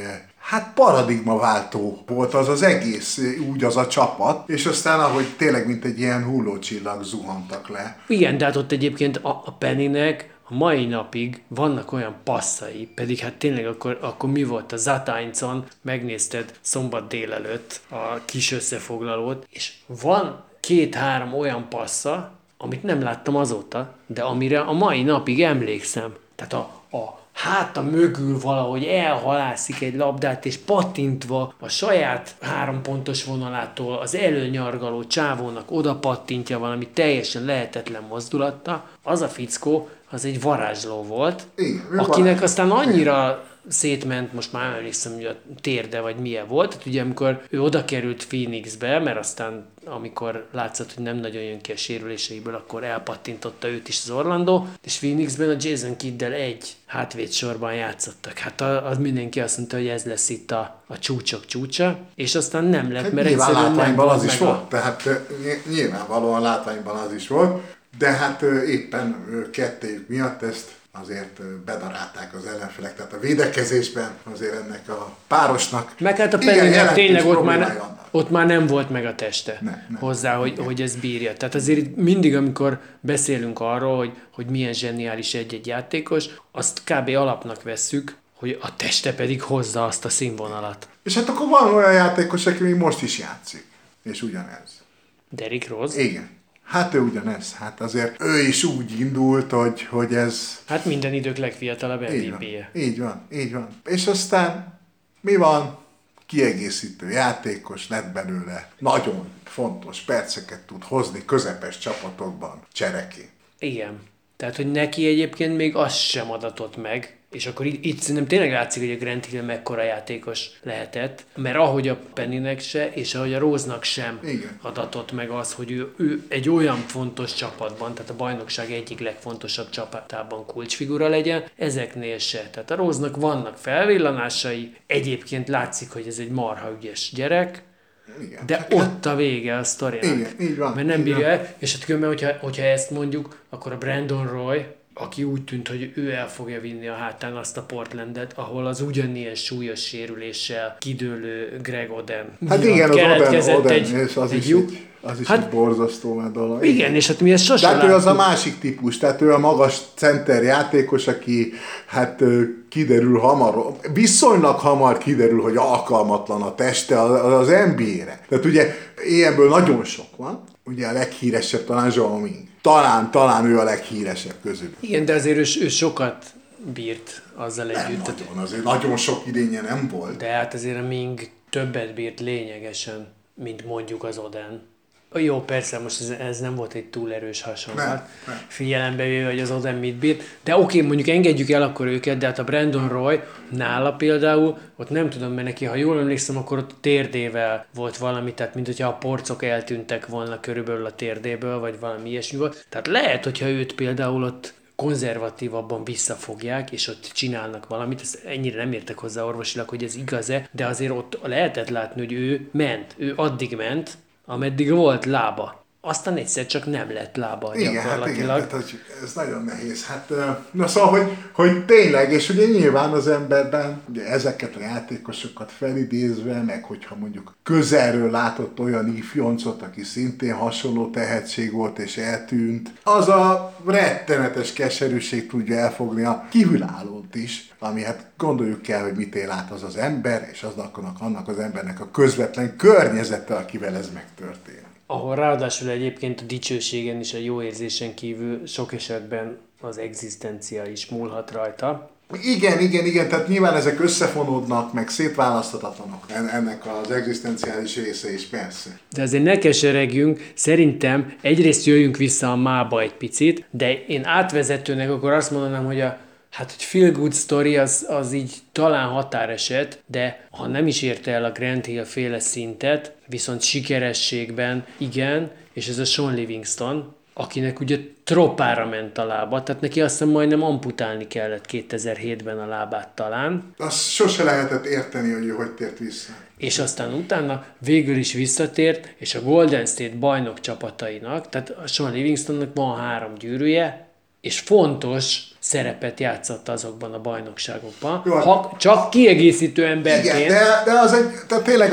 [SPEAKER 3] paradigmaváltó volt az egész, úgy az a csapat, és aztán ahogy tényleg mint egy ilyen hullócsillag zuhantak le.
[SPEAKER 2] Igen, de hát ott egyébként a Pennynek a mai napig vannak olyan passzai, pedig hát tényleg akkor mi volt a Zataincon, megnézted szombat délelőtt a kis összefoglalót, és van 2-3 olyan passza, amit nem láttam azóta, de amire a mai napig emlékszem. Tehát a háta mögül valahogy elhalászik egy labdát, és pattintva a saját 3 pontos vonalától az előnyargaló csávónak oda pattintja valami teljesen lehetetlen mozdulatta, az a fickó, az egy varázsló volt,
[SPEAKER 3] igen,
[SPEAKER 2] akinek aztán annyira szétment, most már emlékszem, hogy a térde vagy milyen volt, tehát ugye amikor ő oda került Phoenixbe, mert aztán amikor látszott, hogy nem nagyon jön ki a sérüléseiből, akkor elpattintotta őt is az Orlando, és Phoenixben a Jason Kidd-del egy hátvédsorban játszottak. Hát az mindenki azt mondta, hogy ez lesz itt a csúcsok csúcsa, és aztán nem lett, mert egyszerűen nem volt
[SPEAKER 3] az is volt, tehát nyilvánvalóan látványban az is volt, de hát éppen kettőjük miatt ezt azért bedarálták az ellenfelek, tehát a védekezésben azért ennek a párosnak.
[SPEAKER 2] Meg hát a Pennynek tényleg ott már nem volt meg a teste hozzá, hogy ez bírja. Tehát azért mindig, amikor beszélünk arról, hogy milyen zseniális egy-egy játékos, azt kb. Alapnak vesszük, hogy a teste pedig hozza azt a színvonalat.
[SPEAKER 3] És hát akkor van olyan játékos, aki még most is játszik. És ugyanez.
[SPEAKER 2] Derrick Rose?
[SPEAKER 3] Igen. Hát ő ugyanez. Hát azért ő is úgy indult, hogy ez...
[SPEAKER 2] Hát minden idők legfiatalabb MVP-je.
[SPEAKER 3] Így van. És aztán mi van? Kiegészítő játékos lett belőle. Nagyon fontos perceket tud hozni közepes csapatokban csereként.
[SPEAKER 2] Igen. Tehát, hogy neki egyébként még az sem adatott meg, és akkor itt szerintem tényleg látszik, hogy a Grant Hill mekkora játékos lehetett, mert ahogy a Pennynek se, és ahogy a Rose-nak sem adatott meg az, hogy ő egy olyan fontos csapatban, tehát a bajnokság egyik legfontosabb csapatában kulcsfigura legyen, ezeknél se. Tehát a Rose-nak vannak felvillanásai, egyébként látszik, hogy ez egy marha ügyes gyerek,
[SPEAKER 3] igen,
[SPEAKER 2] de ott a vége a sztoriának.
[SPEAKER 3] Igen, így van.
[SPEAKER 2] Mert nem bírja el, és hát különben, hogyha ezt mondjuk, akkor a Brandon Roy, aki úgy tűnt, hogy ő el fogja vinni a hátán azt a Portlandet, ahol az ugyanilyen súlyos sérüléssel kidőlő Greg Oden.
[SPEAKER 3] Hát igen, az Oden, és az is egy borzasztó már dolog.
[SPEAKER 2] Igen, és hát mi ezt sosem
[SPEAKER 3] láttuk. Tehát ő az a másik típus, tehát ő a magas center játékos, aki hát kiderül viszonylag hamar kiderül, hogy alkalmatlan a teste az NBA-re. Tehát ugye ilyenből nagyon sok van. Ugye a leghíresebb talán Zhao Ming. Talán ő a leghíresebb közül.
[SPEAKER 2] Igen, de azért ő sokat bírt azzal együtt.
[SPEAKER 3] Azért nagyon sok idénye nem volt.
[SPEAKER 2] De hát azért a Ming többet bírt lényegesen, mint mondjuk az Oden. Jó, persze, most ez nem volt egy túl erős hasonlat. Figyelembe véve, hogy az Oden mit bírt. De oké, mondjuk engedjük el akkor őket, de hát a Brandon Roy nála például, ott nem tudom, mert neki, ha jól emlékszem, akkor ott térdével volt valami, tehát mint hogyha a porcok eltűntek volna körülbelül a térdéből, vagy valami ilyesmi volt. Tehát lehet, hogyha őt például ott konzervatívabban visszafogják, és ott csinálnak valamit, ezt ennyire nem értek hozzá orvosilag, hogy ez igaz-e, de azért ott lehetett látni, hogy ő addig ment, ameddig volt lába. Aztán egyszer csak nem lett lába gyakorlatilag.
[SPEAKER 3] Hát ez nagyon nehéz. Hát, na szóval, hogy tényleg, és ugye nyilván az emberben ugye ezeket a játékosokat felidézve, meg hogyha mondjuk közelről látott olyan ifjoncot, aki szintén hasonló tehetség volt és eltűnt, az a rettenetes keserűség tudja elfogni a kívülállót is, ami hát gondoljuk kell, hogy mit él át az az ember, és annak az embernek a közvetlen környezete, akivel ez megtörténik.
[SPEAKER 2] Ahol ráadásul egyébként a dicsőségen és a jó érzésen kívül sok esetben az egzisztencia is múlhat rajta.
[SPEAKER 3] Igen, tehát nyilván ezek összefonódnak, meg szétválaszthatatlanok ennek az egzisztenciális része is, persze.
[SPEAKER 2] De azért ne keseregjünk, szerintem egyrészt jöjjünk vissza a mába egy picit, de én átvezetőnek akkor azt mondanám, hogy hogy feel good story az így talán határeset, de ha nem is érte el a Grant Hill féle szintet, viszont sikerességben igen, és ez a Sean Livingston, akinek ugye tropára ment a lába, tehát neki azt hiszem majdnem amputálni kellett 2007-ben a lábát talán.
[SPEAKER 3] Azt sose lehetett érteni, hogy ő hogy tért vissza.
[SPEAKER 2] És aztán utána végül is visszatért, és a Golden State bajnok csapatainak, tehát a Sean Livingstonnak van 3 gyűrűje, és fontos szerepet játszott azokban a bajnokságokban. Csak kiegészítő emberként.
[SPEAKER 3] Igen, de tehát tényleg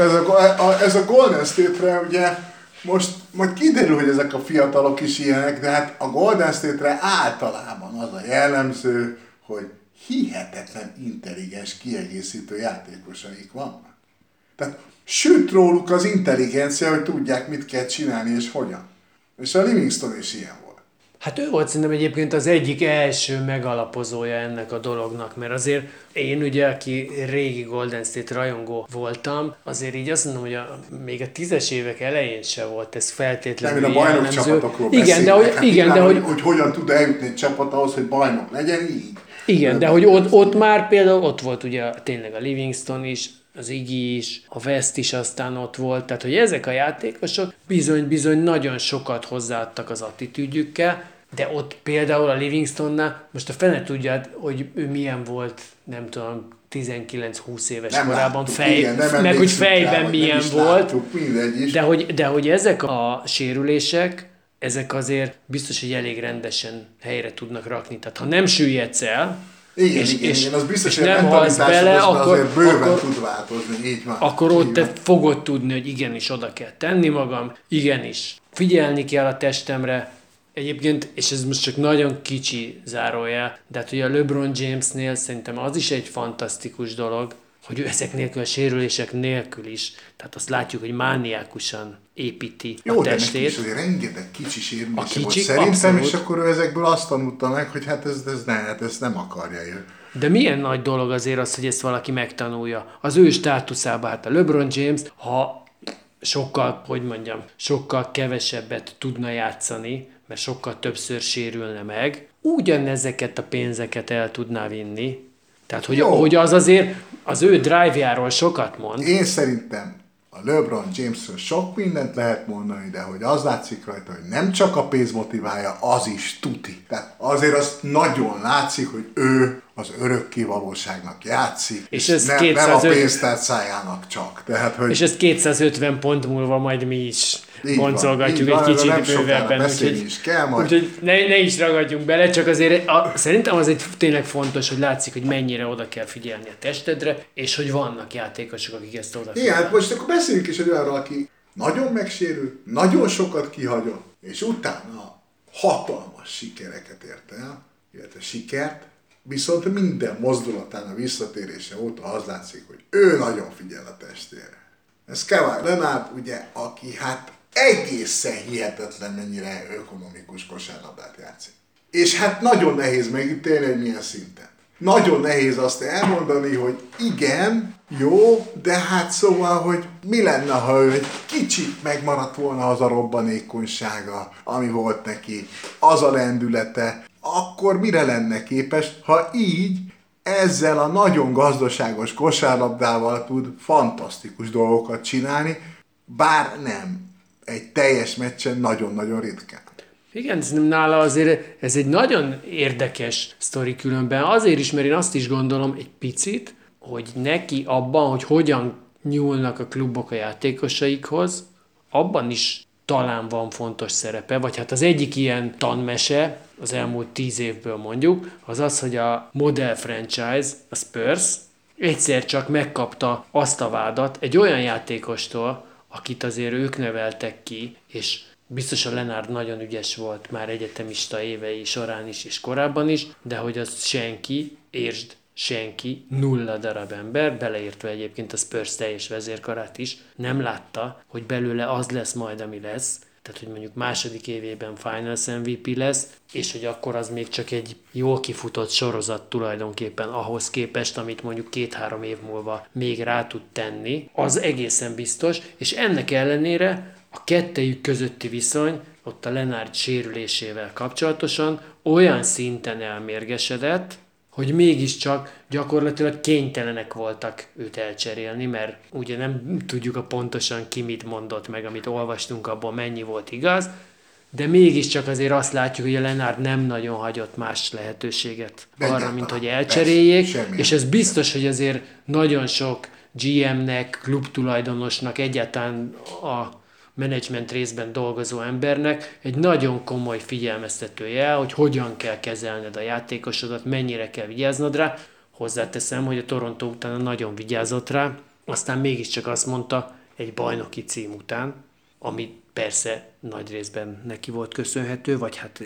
[SPEAKER 3] ez a Golden State-re ugye most majd kiderül, hogy ezek a fiatalok is ilyenek, de hát a Golden State-re általában az a jellemző, hogy hihetetlen intelligens kiegészítő játékosaik vannak. Tehát süt róluk az intelligencia, hogy tudják, mit kell csinálni és hogyan. És a Livingston is ilyen volt.
[SPEAKER 2] Hát ő volt szerintem egyébként az egyik első megalapozója ennek a dolognak, mert azért én ugye, aki régi Golden State rajongó voltam, azért így azt mondom, hogy még a 10-es évek elején se volt ez feltétlenül
[SPEAKER 3] nem, a bajnok csapatokról hogy hogyan tud eljutni egy csapat ahhoz, hogy bajnok legyen így.
[SPEAKER 2] Igen, de hogy ott már például ott volt ugye tényleg a Livingston is, az Iggy is, a West is aztán ott volt, tehát hogy ezek a játékosok bizony nagyon sokat hozzáadtak az attitűdjükkel, de ott például a Livingstonnál, most a fene tudja, hogy ő milyen volt, nem tudom, 19-20 éves
[SPEAKER 3] nem
[SPEAKER 2] korában,
[SPEAKER 3] láttuk,
[SPEAKER 2] meg hogy fejben milyen volt,
[SPEAKER 3] láttuk,
[SPEAKER 2] de hogy ezek a sérülések, ezek azért biztos, hogy elég rendesen helyre tudnak rakni. Tehát ha nem süllyedsz el,
[SPEAKER 3] igen, az biztos,
[SPEAKER 2] hogy nem halsz bele,
[SPEAKER 3] akkor bőven tud változni, így van.
[SPEAKER 2] Akkor ott te fogod tudni, hogy igenis oda kell tenni magam, igenis figyelni kell a testemre. Egyébként, és ez most csak nagyon kicsi zárójel, de hát ugye a LeBron Jamesnél szerintem az is egy fantasztikus dolog, hogy ő ezek nélkül, a sérülések nélkül is, tehát azt látjuk, hogy mániákusan építi a testét.
[SPEAKER 3] Jó, de neki is rengeteg kicsi sérülése volt szerintem, és akkor ő ezekből azt tanulta meg, hogy hát ez nem akarja ő.
[SPEAKER 2] De milyen nagy dolog azért az, hogy ezt valaki megtanulja. Az ő státuszában, hát a LeBron James, ha sokkal kevesebbet tudna játszani, mert sokkal többször sérülne meg, ugyanezeket a pénzeket el tudná vinni. Tehát, hogy az azért az ő drive-járól sokat mond.
[SPEAKER 3] Én szerintem a LeBron Jamesről sok mindent lehet mondani, de hogy az látszik rajta, hogy nem csak a pénz motiválja, az is tuti. Tehát azért azt nagyon látszik, hogy ő az örökké valóságnak játszik, és ez nem a pénztárcájának csak. Tehát, hogy...
[SPEAKER 2] És ezt 250 pont múlva majd mi is boncolgatjuk egy kicsit bővebben. Úgyhogy ne is ragadjunk bele, csak azért szerintem az egy tényleg fontos, hogy látszik, hogy mennyire oda kell figyelni a testedre, és hogy vannak játékosok, akik ezt odafigyelnek.
[SPEAKER 3] Igen, hát most akkor beszéljünk is egy olyanról, aki nagyon megsérül, nagyon sokat kihagyott, és utána hatalmas sikereket ért el, illetve sikert, viszont minden mozdulatán a visszatérése óta az látszik, hogy ő nagyon figyel a testére. Ez Kawhi Leonard, ugye, aki hát egészen hihetetlen mennyire ökonomikus kosárlabdát játszik. És hát nagyon nehéz megítélni, hogy milyen szinten. Nagyon nehéz azt elmondani, hogy igen, jó, de hát szóval, hogy mi lenne, ha ő egy kicsit megmaradt volna az a robbanékonysága, ami volt neki, az a lendülete, akkor mire lenne képes, ha így ezzel a nagyon gazdaságos kosárlabdával tud fantasztikus dolgokat csinálni, bár nem egy teljes meccsen nagyon-nagyon ritkán.
[SPEAKER 2] Igen, nála azért ez egy nagyon érdekes sztori különben. Azért is, mert én azt is gondolom egy picit, hogy neki abban, hogy hogyan nyúlnak a klubok a játékosaikhoz, abban is talán van fontos szerepe, vagy hát az egyik ilyen tanmese, az elmúlt 10 évből mondjuk, az az, hogy a modell franchise, a Spurs egyszer csak megkapta azt a vádat egy olyan játékostól, akit azért ők neveltek ki, és biztos a Leonard nagyon ügyes volt már egyetemista évei során is, és korábban is, de hogy az senki, értsd, senki, 0 darab ember, beleértve egyébként a Spurs teljes vezérkarát is, nem látta, hogy belőle az lesz majd, ami lesz, tehát hogy mondjuk második évében Finals MVP lesz, és hogy akkor az még csak egy jól kifutott sorozat tulajdonképpen ahhoz képest, amit mondjuk 2-3 év múlva még rá tud tenni, az egészen biztos, és ennek ellenére a kettejük közötti viszony, ott a Leonard sérülésével kapcsolatosan olyan szinten elmérgesedett, hogy mégiscsak gyakorlatilag kénytelenek voltak őt elcserélni, mert ugye nem tudjuk a pontosan ki mit mondott meg, amit olvastunk, abból mennyi volt igaz, de mégiscsak azért azt látjuk, hogy a Leonard nem nagyon hagyott más lehetőséget arra, mint hogy elcseréljék, és ez biztos, hogy azért nagyon sok GM-nek, klubtulajdonosnak, egyáltalán a menedzsment részben dolgozó embernek egy nagyon komoly figyelmeztetője, hogy hogyan kell kezelned a játékosodat, mennyire kell vigyáznod rá. Hozzáteszem, hogy a Toronto utána nagyon vigyázott rá, aztán mégiscsak azt mondta egy bajnoki cím után, ami persze nagy részben neki volt köszönhető, vagy hát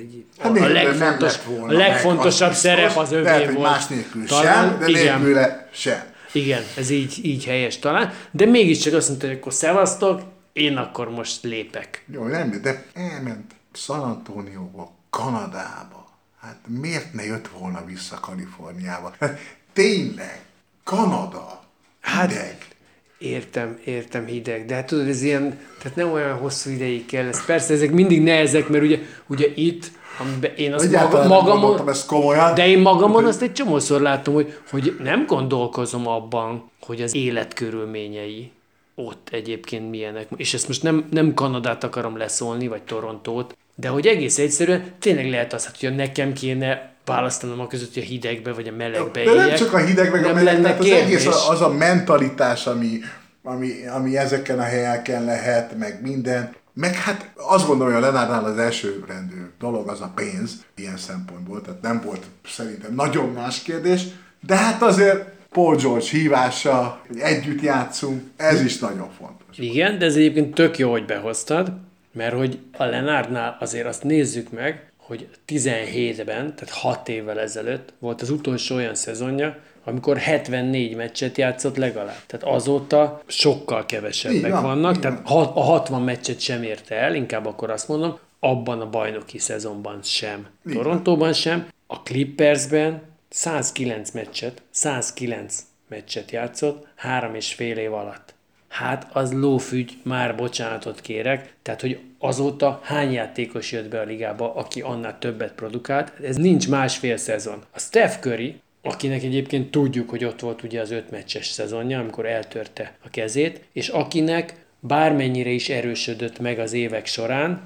[SPEAKER 2] a legfontosabb szerep az övé
[SPEAKER 3] lehet,
[SPEAKER 2] volt.
[SPEAKER 3] Más nélkül talán, sem, de nélküle sem.
[SPEAKER 2] Igen, ez így helyes talán, de mégiscsak azt mondta, hogy akkor szevasztok, én akkor most lépek.
[SPEAKER 3] Jó, nem, de elment San Antonióba, Kanadába. Hát miért ne jött volna vissza Kaliforniába? Hát tényleg, Kanada, hideg.
[SPEAKER 2] Értem hideg, de hát tudod, ez ilyen, tehát nem olyan hosszú ideig kell ez. Persze ezek mindig nehezek, mert ugye itt, amiben én azt magamon,
[SPEAKER 3] ezt komolyan.
[SPEAKER 2] De én magamon azt egy csomószor látom, hogy nem gondolkozom abban, hogy az életkörülményei ott egyébként milyenek. És ezt most nem Kanadát akarom leszólni, vagy Torontót, de hogy egész egyszerűen tényleg lehet az, hogy nekem kéne választanom a között, hogy a hidegbe vagy a melegbe éljek.
[SPEAKER 3] De nem csak a hideg meg a meleg, tehát az egész az a mentalitás, ami ezeken a helyeken lehet, meg minden. Meg hát azt gondolom, hogy a Leonardnál az elsőrendű dolog az a pénz, ilyen szempontból, tehát nem volt szerintem nagyon más kérdés, de hát azért Paul George hívása, hogy együtt játszunk, ez is nagyon fontos.
[SPEAKER 2] Igen, de ez egyébként tök jó, hogy behoztad, mert hogy a Leonardnál azért azt nézzük meg, hogy 17-ben, tehát 6 évvel ezelőtt volt az utolsó olyan szezonja, amikor 74 meccset játszott legalább. Tehát azóta sokkal kevesebbek vannak, tehát a 60 meccset sem érte el, inkább akkor azt mondom, abban a bajnoki szezonban sem, Torontóban sem, a Clippersben 109 meccset játszott 3,5 év alatt. Hát az lófügy, már bocsánatot kérek, tehát hogy azóta hány játékos jött be a ligába, aki annál többet produkált, ez nincs másfél szezon. A Steph Curry, akinek egyébként tudjuk, hogy ott volt ugye az 5 meccses szezonja, amikor eltörte a kezét, és akinek bármennyire is erősödött meg az évek során,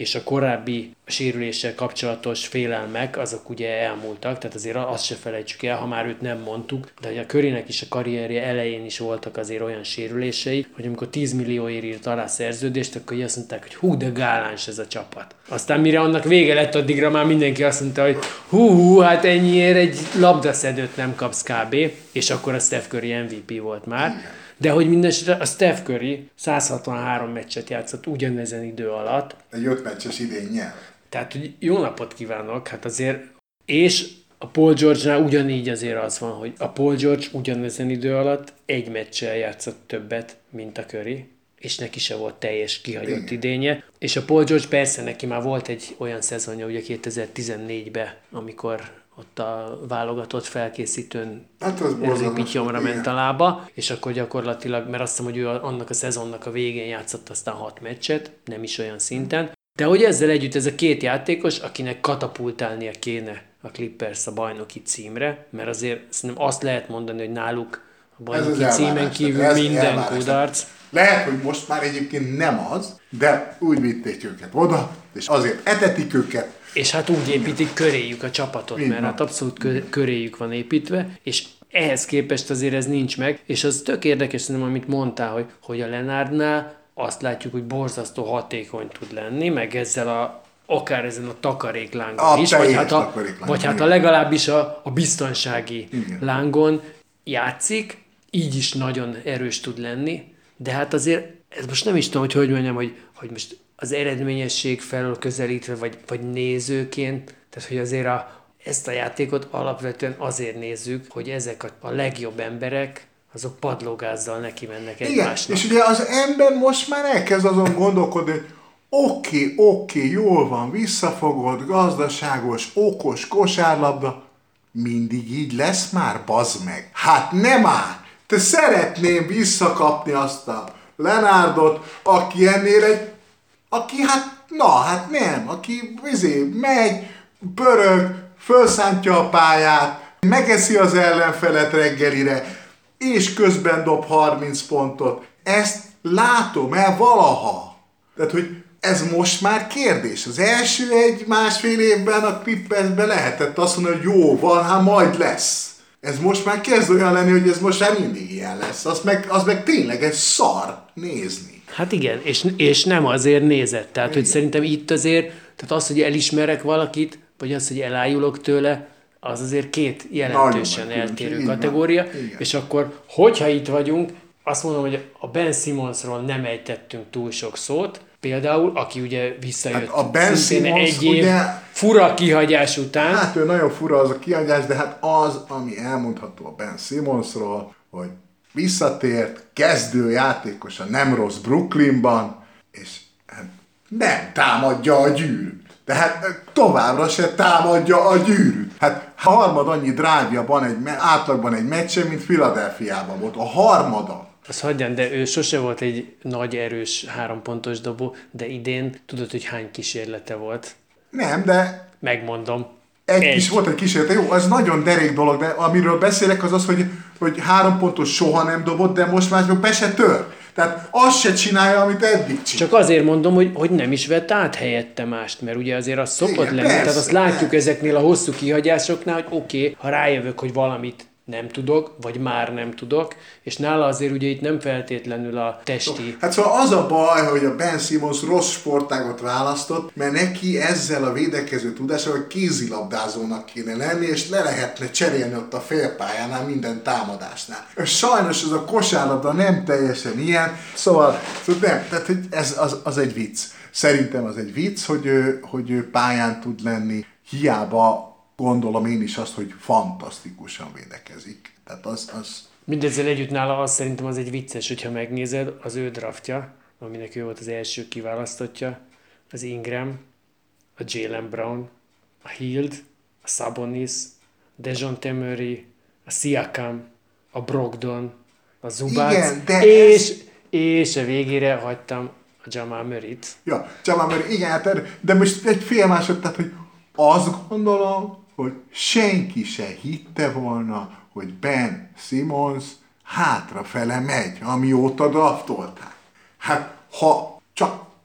[SPEAKER 2] és a korábbi sérüléssel kapcsolatos félelmek, azok ugye elmúltak, tehát azért azt se felejtsük el, ha már őt nem mondtuk, de a Currynek is a karrierje elején is voltak azért olyan sérülései, hogy amikor 10 millióért írt alá szerződést, akkor azt mondták, hogy hú, de gáláns ez a csapat. Aztán mire annak vége lett, addigra már mindenki azt mondta, hogy hú, hát ennyiért egy labdaszedőt nem kapsz kb. És akkor a Steph Curry MVP volt már. De hogy mindenesetre a Steph Curry 163 meccset játszott ugyanezen idő alatt.
[SPEAKER 3] Egy 5 meccses idénnyel.
[SPEAKER 2] Tehát, hogy jó napot kívánok, hát azért, és a Paul George-nál ugyanígy azért az van, hogy a Paul George ugyanezen idő alatt egy meccsel játszott többet, mint a Curry, és neki se volt teljes kihagyott idénye. És a Paul George persze neki már volt egy olyan szezonja, ugye 2014-ben, amikor ott a válogatott felkészítőn pityomra ment a lába, és akkor gyakorlatilag, mert azt hiszem, hogy ő annak a szezonnak a végén játszott aztán 6 meccset, nem is olyan szinten. De hogy ezzel együtt ez a két játékos, akinek katapultálnia kéne a Clippers a bajnoki címre, mert azért szerintem azt lehet mondani, hogy náluk a bajnoki címen kívül minden kudarc.
[SPEAKER 3] Lehet, hogy most már egyébként nem az, de úgy vitték őket oda, és azért etetik őket.
[SPEAKER 2] És hát úgy építik köréjük a csapatot, így mert van. Hát abszolút köréjük van építve, és ehhez képest azért ez nincs meg, és az tök érdekes szerintem, amit mondtál, hogy a Leonardnál azt látjuk, hogy borzasztó hatékony tud lenni, meg ezzel akár ezen a takaréklángon is, vagy hát a legalábbis a biztonsági lángon játszik, így is nagyon erős tud lenni, de hát azért, ez most nem is tudom, hogy mondjam, hogy most az eredményesség felől közelítve, vagy nézőként, tehát hogy azért ezt a játékot alapvetően azért nézzük, hogy ezek a legjobb emberek, azok padlógázzal neki mennek egymásnak.
[SPEAKER 3] És ugye az ember most már elkezd azon gondolkodni, hogy oké, jól van, visszafogott, gazdaságos, okos kosárlabda, mindig így lesz már, bazd meg. Hát nem áll! Te szeretném visszakapni azt a Leonardot, aki ennél aki aki megy, pörög, felszántja a pályát, megeszi az ellenfelet reggelire, és közben dob 30 pontot. Ezt látom el valaha. Tehát, hogy ez most már kérdés. Az első 1-1,5 évben a Clippersben lehetett azt mondani, hogy jó van, hát majd lesz. Ez most már kezd olyan lenni, hogy ez most már mindig ilyen lesz. Az meg tényleg egy szar nézni.
[SPEAKER 2] Hát igen, és nem azért nézett. Tehát, hogy szerintem itt azért, tehát az, hogy elismerek valakit, vagy az, hogy elájulok tőle, az azért két jelentősen eltérő kategória. És akkor, hogyha itt vagyunk, azt mondom, hogy a Ben Simmonsról nem ejtettünk túl sok szót, például, aki ugye visszajött hát
[SPEAKER 3] a Ben Simmons, egy év ugye,
[SPEAKER 2] fura kihagyás után.
[SPEAKER 3] Hát ő nagyon fura az a kihagyás, de hát az, ami elmondható a Ben Simmonsról, hogy visszatért, kezdő játékosa, nem rossz Brooklynban, és nem támadja a gyűrűt. Tehát továbbra se támadja a gyűrűt. Hát harmad annyi drive-ja van átlagban egy meccsen, mint Philadelphiában volt. A harmada.
[SPEAKER 2] Azt hagyján, de ő sose volt egy nagy, erős 3 pontos dobó, de idén tudod, hogy hány kísérlete volt?
[SPEAKER 3] Nem, de...
[SPEAKER 2] Megmondom.
[SPEAKER 3] Volt egy kísérlete. Jó, ez nagyon derék dolog, de amiről beszélek az, hogy 3 pontos soha nem dobott, de most már be se tör. Tehát azt se csinálja, amit eddig csinál.
[SPEAKER 2] Csak azért mondom, hogy nem is vett át helyette mást, mert ugye azért az szokott lenni. Persze, tehát azt látjuk ezeknél a hosszú kihagyásoknál, hogy oké, ha rájövök, hogy valamit nem tudok, vagy már nem tudok, és nála azért ugye itt nem feltétlenül a testi...
[SPEAKER 3] Hát szóval az a baj, hogy a Ben Simmons rossz sportágot választott, mert neki ezzel a védekező tudásával kézilabdázónak kéne lenni, és le lehetne cserélni ott a félpályánál minden támadásnál. Sajnos ez a kosárlabda nem teljesen ilyen, szóval nem, tehát hogy ez az egy vicc. Szerintem az egy vicc, hogy ő pályán tud lenni, hiába gondolom én is azt, hogy fantasztikusan védekezik. Tehát az...
[SPEAKER 2] Mindezzel együtt nála az szerintem az egy vicces, hogyha megnézed, az ő draftja, aminek ő volt az első kiválasztottja, az Ingram, a Jaylen Brown, a Hield, a Sabonis, Dejounte Murray, a Siakam, a Brogdon, a Zubac,
[SPEAKER 3] igen,
[SPEAKER 2] és a végére hagytam a Jamal Murrayt.
[SPEAKER 3] Ja, Jamal Murray, igen, de most egy fél másod, tehát, hogy azt gondolom, hogy senki se hitte volna, hogy Ben Simmons hátrafele megy, amióta draftolták. Hát, ha csak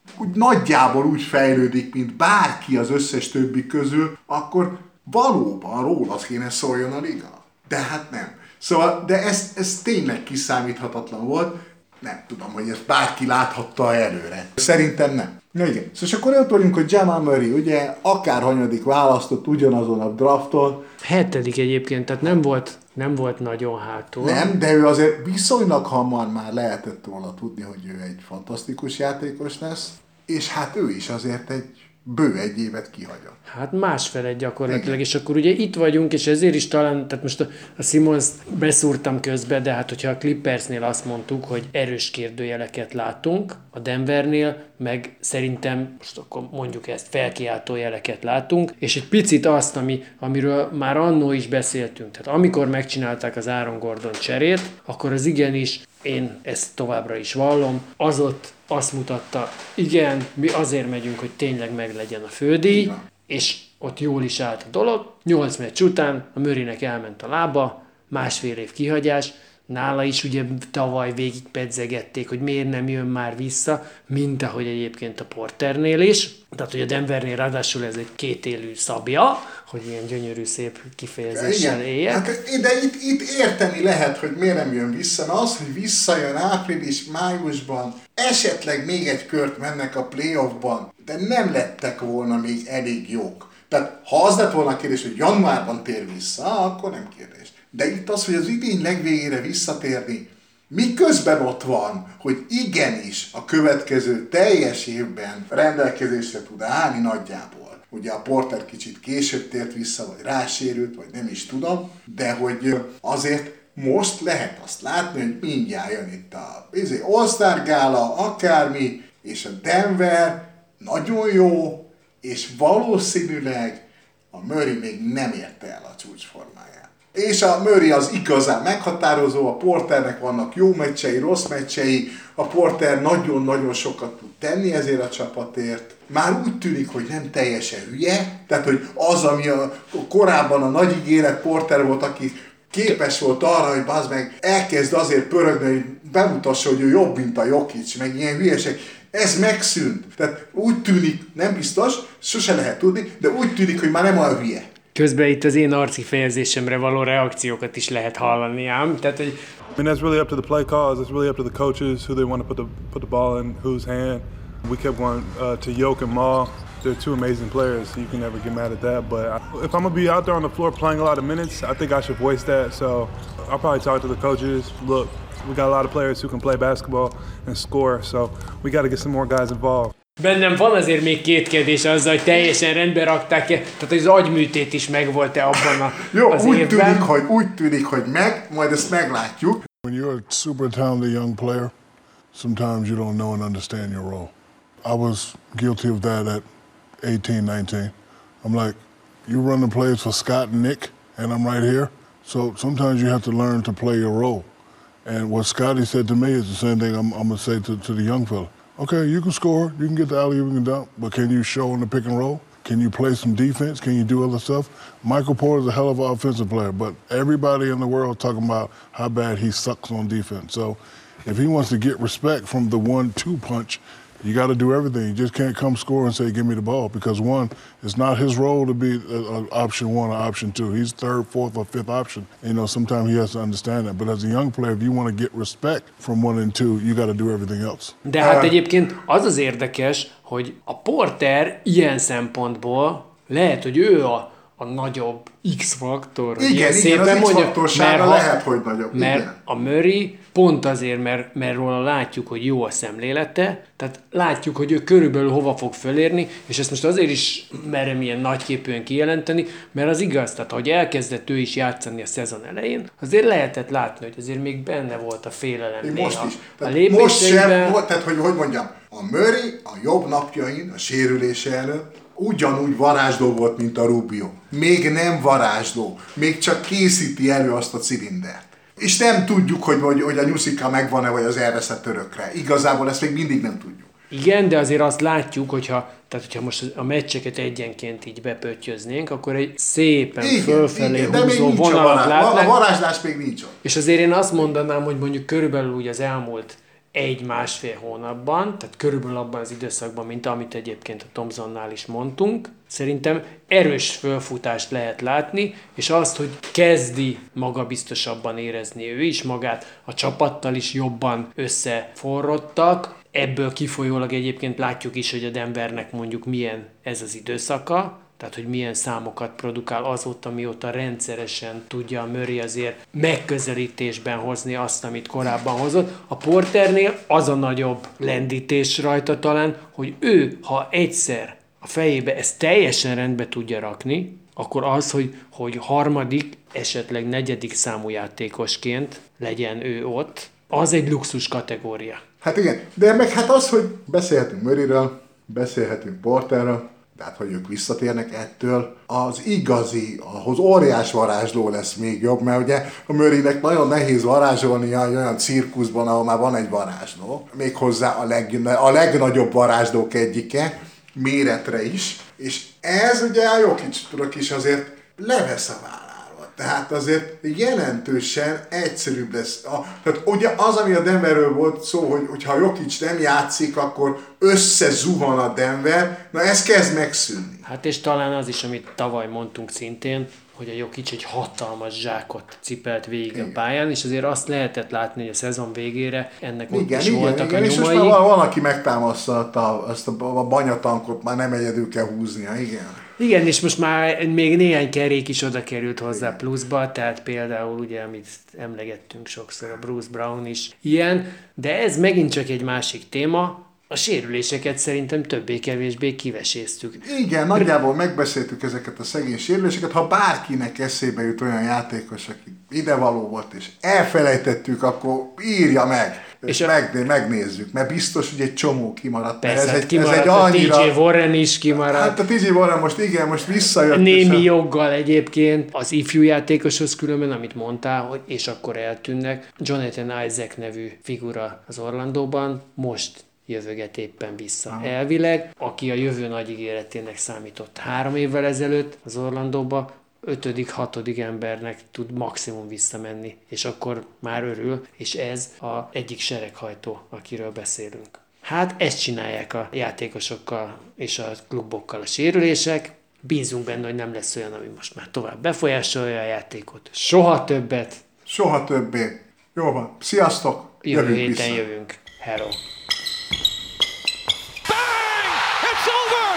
[SPEAKER 3] úgy nagyjából úgy fejlődik, mint bárki az összes többi közül, akkor valóban róla kéne szóljon a liga. De hát nem. Szóval, de ez tényleg kiszámíthatatlan volt. Nem tudom, hogy ezt bárki láthatta előre. Szerintem nem. Na igen. Szóval akkor ott vagyunk, hogy Jamal Murray, ugye, akár hanyadik választott ugyanazon a drafton.
[SPEAKER 2] 7. egyébként, tehát nem volt nagyon hátul.
[SPEAKER 3] Nem, de ő azért viszonylag hamar már lehetett róla tudni, hogy ő egy fantasztikus játékos lesz, és hát ő is azért bő egy évet kihagyott.
[SPEAKER 2] Hát másfelet gyakorlatilag, igen. És akkor ugye itt vagyunk, és ezért is talán, tehát most a Simmons beszúrtam közbe, de hát hogyha a Clippersnél azt mondtuk, hogy erős kérdőjeleket látunk, a Denvernél meg szerintem, most akkor mondjuk ezt, felkiáltó jeleket látunk, és egy picit azt, amiről már annó is beszéltünk, tehát amikor megcsinálták az Aaron Gordon cserét, akkor az igenis, én ezt továbbra is vallom, az ott azt mutatta, igen, mi azért megyünk, hogy tényleg meglegyen a fődíj, igen. És ott jól is állt a dolog. 8 meccs után a Murraynek elment a lába, másfél év kihagyás, nála is ugye tavaly végig pedzegették, hogy miért nem jön már vissza, mint ahogy egyébként a Porternél is. Tehát, hogy a Denvernél ráadásul ez egy kétélű szabja, hogy ilyen gyönyörű, szép kifejezéssel éljek.
[SPEAKER 3] Hát, de itt érteni lehet, hogy miért nem jön vissza. Na az, hogy visszajön április, májusban, esetleg még egy kört mennek a playoffban, de nem lettek volna még elég jók. Tehát ha az lett volna a kérdés, hogy januárban tér vissza, akkor nem kérdés. De itt az, hogy az idény legvégére visszatérni, miközben ott van, hogy igenis a következő teljes évben rendelkezésre tud állni nagyjából. Ugye a Porter kicsit később tért vissza, vagy rásérült, vagy nem is tudom, de hogy azért most lehet azt látni, hogy mindjárt jön itt a All-Star gála, akármi, és a Denver nagyon jó, és valószínűleg a Murray még nem érte el a csúcsformáját. És a Murray az igazán meghatározó, a Porternek vannak jó meccsei, rossz meccsei, a Porter nagyon-nagyon sokat tud tenni ezért a csapatért. Már úgy tűnik, hogy nem teljesen hülye, tehát hogy az, ami korábban a nagy ígéret Porter volt, aki képes volt arra, hogy bazd meg elkezd azért pörögni, hogy bemutassa, hogy ő jobb, mint a Jokic, meg ilyen hülyeség. Ez megszűnt. Tehát úgy tűnik, nem biztos, sose lehet tudni, de úgy tűnik, hogy már nem olyan hülye.
[SPEAKER 2] Közben itt az én arckifejezésemre való reakciókat is lehet hallani ám. Tehát, hogy
[SPEAKER 6] I mean, that's really up to the play calls. It's really up to the coaches who they want to put the ball in whose hand. We kept going to Yoke and Maul. They're two amazing players. You can never get mad at that. But if I'm gonna be out there on the floor playing a lot of minutes, I think I should voice that. So I'll probably talk to the coaches. Look, we got a lot of players who can play basketball and score. So we got to get some more guys involved.
[SPEAKER 2] Bennem van azért még kétkedés azzal, hogy teljesen rendbe rakták-e, tehát az agyműtét is megvolt-e abban
[SPEAKER 3] jó,
[SPEAKER 2] az
[SPEAKER 3] úgy
[SPEAKER 2] évben.
[SPEAKER 3] Úgy tűnik, hogy majd ezt meglátjuk.
[SPEAKER 5] When you're a super talented young player, sometimes you don't know and understand your role. I was guilty of that at 18, 19. I'm like, you run the plays for Scott and Nick, and I'm right here. So sometimes you have to learn to play your role. And what Scotty said to me is the same thing I'm going to say to the young fella. Okay, you can score, you can get the alley, you can dunk, but can you show in the pick and roll? Can you play some defense? Can you do other stuff? Michael Porter's a hell of an offensive player, but everybody in the world talking about how bad he sucks on defense. So if he wants to get respect from the 1-2 punch, you got to do everything. You just can't come score and say, give me the ball, because one, it's not his role to be option one or option two. He's third, fourth, or fifth option. You know, sometimes he has to understand that. But as a young player, if you want to get respect from 1 and 2, you got to do everything else.
[SPEAKER 2] De hát egyébként az érdekes, hogy a Porter ilyen szempontból lehet, hogy ő a nagyobb X-faktor.
[SPEAKER 3] Igen, az X-faktorsága lehet, hogy nagyobb.
[SPEAKER 2] Mert
[SPEAKER 3] igen.
[SPEAKER 2] a Murray pont azért, mert róla látjuk, hogy jó a szemlélete, tehát látjuk, hogy ő körülbelül hova fog fölérni, és ezt most azért is merem ilyen nagyképűen kijelenteni, mert az igaz, tehát hogy elkezdett ő is játszani a szezon elején, azért lehetett látni, hogy azért még benne volt a félelem néha.
[SPEAKER 3] Most is. Most sem, tehát hogy mondjam, a Murray a jobb napjain, a sérülése előtt ugyanúgy varázsló volt, mint a Rubio. Még nem varázsló, még csak készíti elő azt a cilindert. És nem tudjuk, hogy a nyuszika megvan-e, vagy az elveszett örökre. Igazából ezt még mindig nem tudjuk.
[SPEAKER 2] Igen, de azért azt látjuk, hogyha most a meccseket egyenként így bepöttyöznénk, akkor egy szépen fölfelé húzó vonalat látnánk.
[SPEAKER 3] A varázslás még nincs ott.
[SPEAKER 2] És azért én azt mondanám, hogy mondjuk körülbelül úgy az elmúlt 1-1,5 hónapban, tehát körülbelül abban az időszakban, mint amit egyébként a Thompsonnál is mondtunk, szerintem erős fölfutást lehet látni, és azt, hogy kezdi magabiztosabban érezni ő is magát, a csapattal is jobban összeforrodtak. Ebből kifolyólag egyébként látjuk is, hogy a Denvernek mondjuk milyen ez az időszaka, tehát hogy milyen számokat produkál azóta, mióta rendszeresen tudja a Murray azért megközelítésben hozni azt, amit korábban hozott. A Porternél az a nagyobb lendítés rajta talán, hogy ő, ha egyszer a fejébe ezt teljesen rendbe tudja rakni, akkor az, hogy harmadik, esetleg negyedik számú játékosként legyen ő ott, az egy luxus kategória.
[SPEAKER 3] Hát igen, de meg hát az, hogy beszélhetünk Murrayről, beszélhetünk Porterről, tehát hogy ők visszatérnek ettől, az igazi, ahhoz óriás varázsló lesz még jobb, mert ugye a Murraynek nagyon nehéz varázsolnia egy olyan cirkuszban, ahol már van egy varázsló, méghozzá a legnagyobb varázslók egyike, méretre is, és ez ugye a Jokicnak is azért levesz a válláról. Tehát azért jelentősen egyszerűbb lesz. Tehát ugye az, ami a Denverről volt szó, hogy ha Jokic nem játszik, akkor összezuhan a Denver, na ez kezd megszűnni.
[SPEAKER 2] Hát és talán az is, amit tavaly mondtunk szintén, hogy a Jokic egy hatalmas zsákot cipelt végig a pályán, és azért azt lehetett látni, hogy a szezon végére ennek ott is voltak a nyomai.
[SPEAKER 3] És most már van, aki megtámaszta azt a banyatankot, már nem egyedül kell húznia, igen.
[SPEAKER 2] Igen, és most már még néhány kerék is oda került hozzá pluszba, tehát például ugye, amit emlegettünk sokszor, a Bruce Brown is ilyen, de ez megint csak egy másik téma. A sérüléseket szerintem többé-kevésbé kiveséztük.
[SPEAKER 3] Igen, nagyjából megbeszéltük ezeket a szegény sérüléseket. Ha bárkinek eszébe jut olyan játékos, aki idevaló volt, és elfelejtettük, akkor írja meg. És megnézzük, mert biztos, hogy egy csomó kimaradt.
[SPEAKER 2] Persze, ez kimaradt, a TJ Warren is kimaradt.
[SPEAKER 3] Hát a TJ Warren most visszajött.
[SPEAKER 2] Némi joggal egyébként az ifjú játékoshoz különben, amit mondtál, és akkor eltűnnek. Jonathan Isaac nevű figura az Orlandóban most jövöget éppen vissza. Elvileg, aki a jövő nagy ígéretének számított 3 évvel ezelőtt az Orlandóba, 5.-6. embernek tud maximum visszamenni, és akkor már örül, és ez az egyik sereghajtó, akiről beszélünk. Hát ezt csinálják a játékosokkal és a klubokkal a sérülések. Bízunk benne, hogy nem lesz olyan, ami most már tovább befolyásolja a játékot. Soha többet.
[SPEAKER 3] Soha többé. Jó van. Sziasztok!
[SPEAKER 2] Jövő héten jövünk. Hello!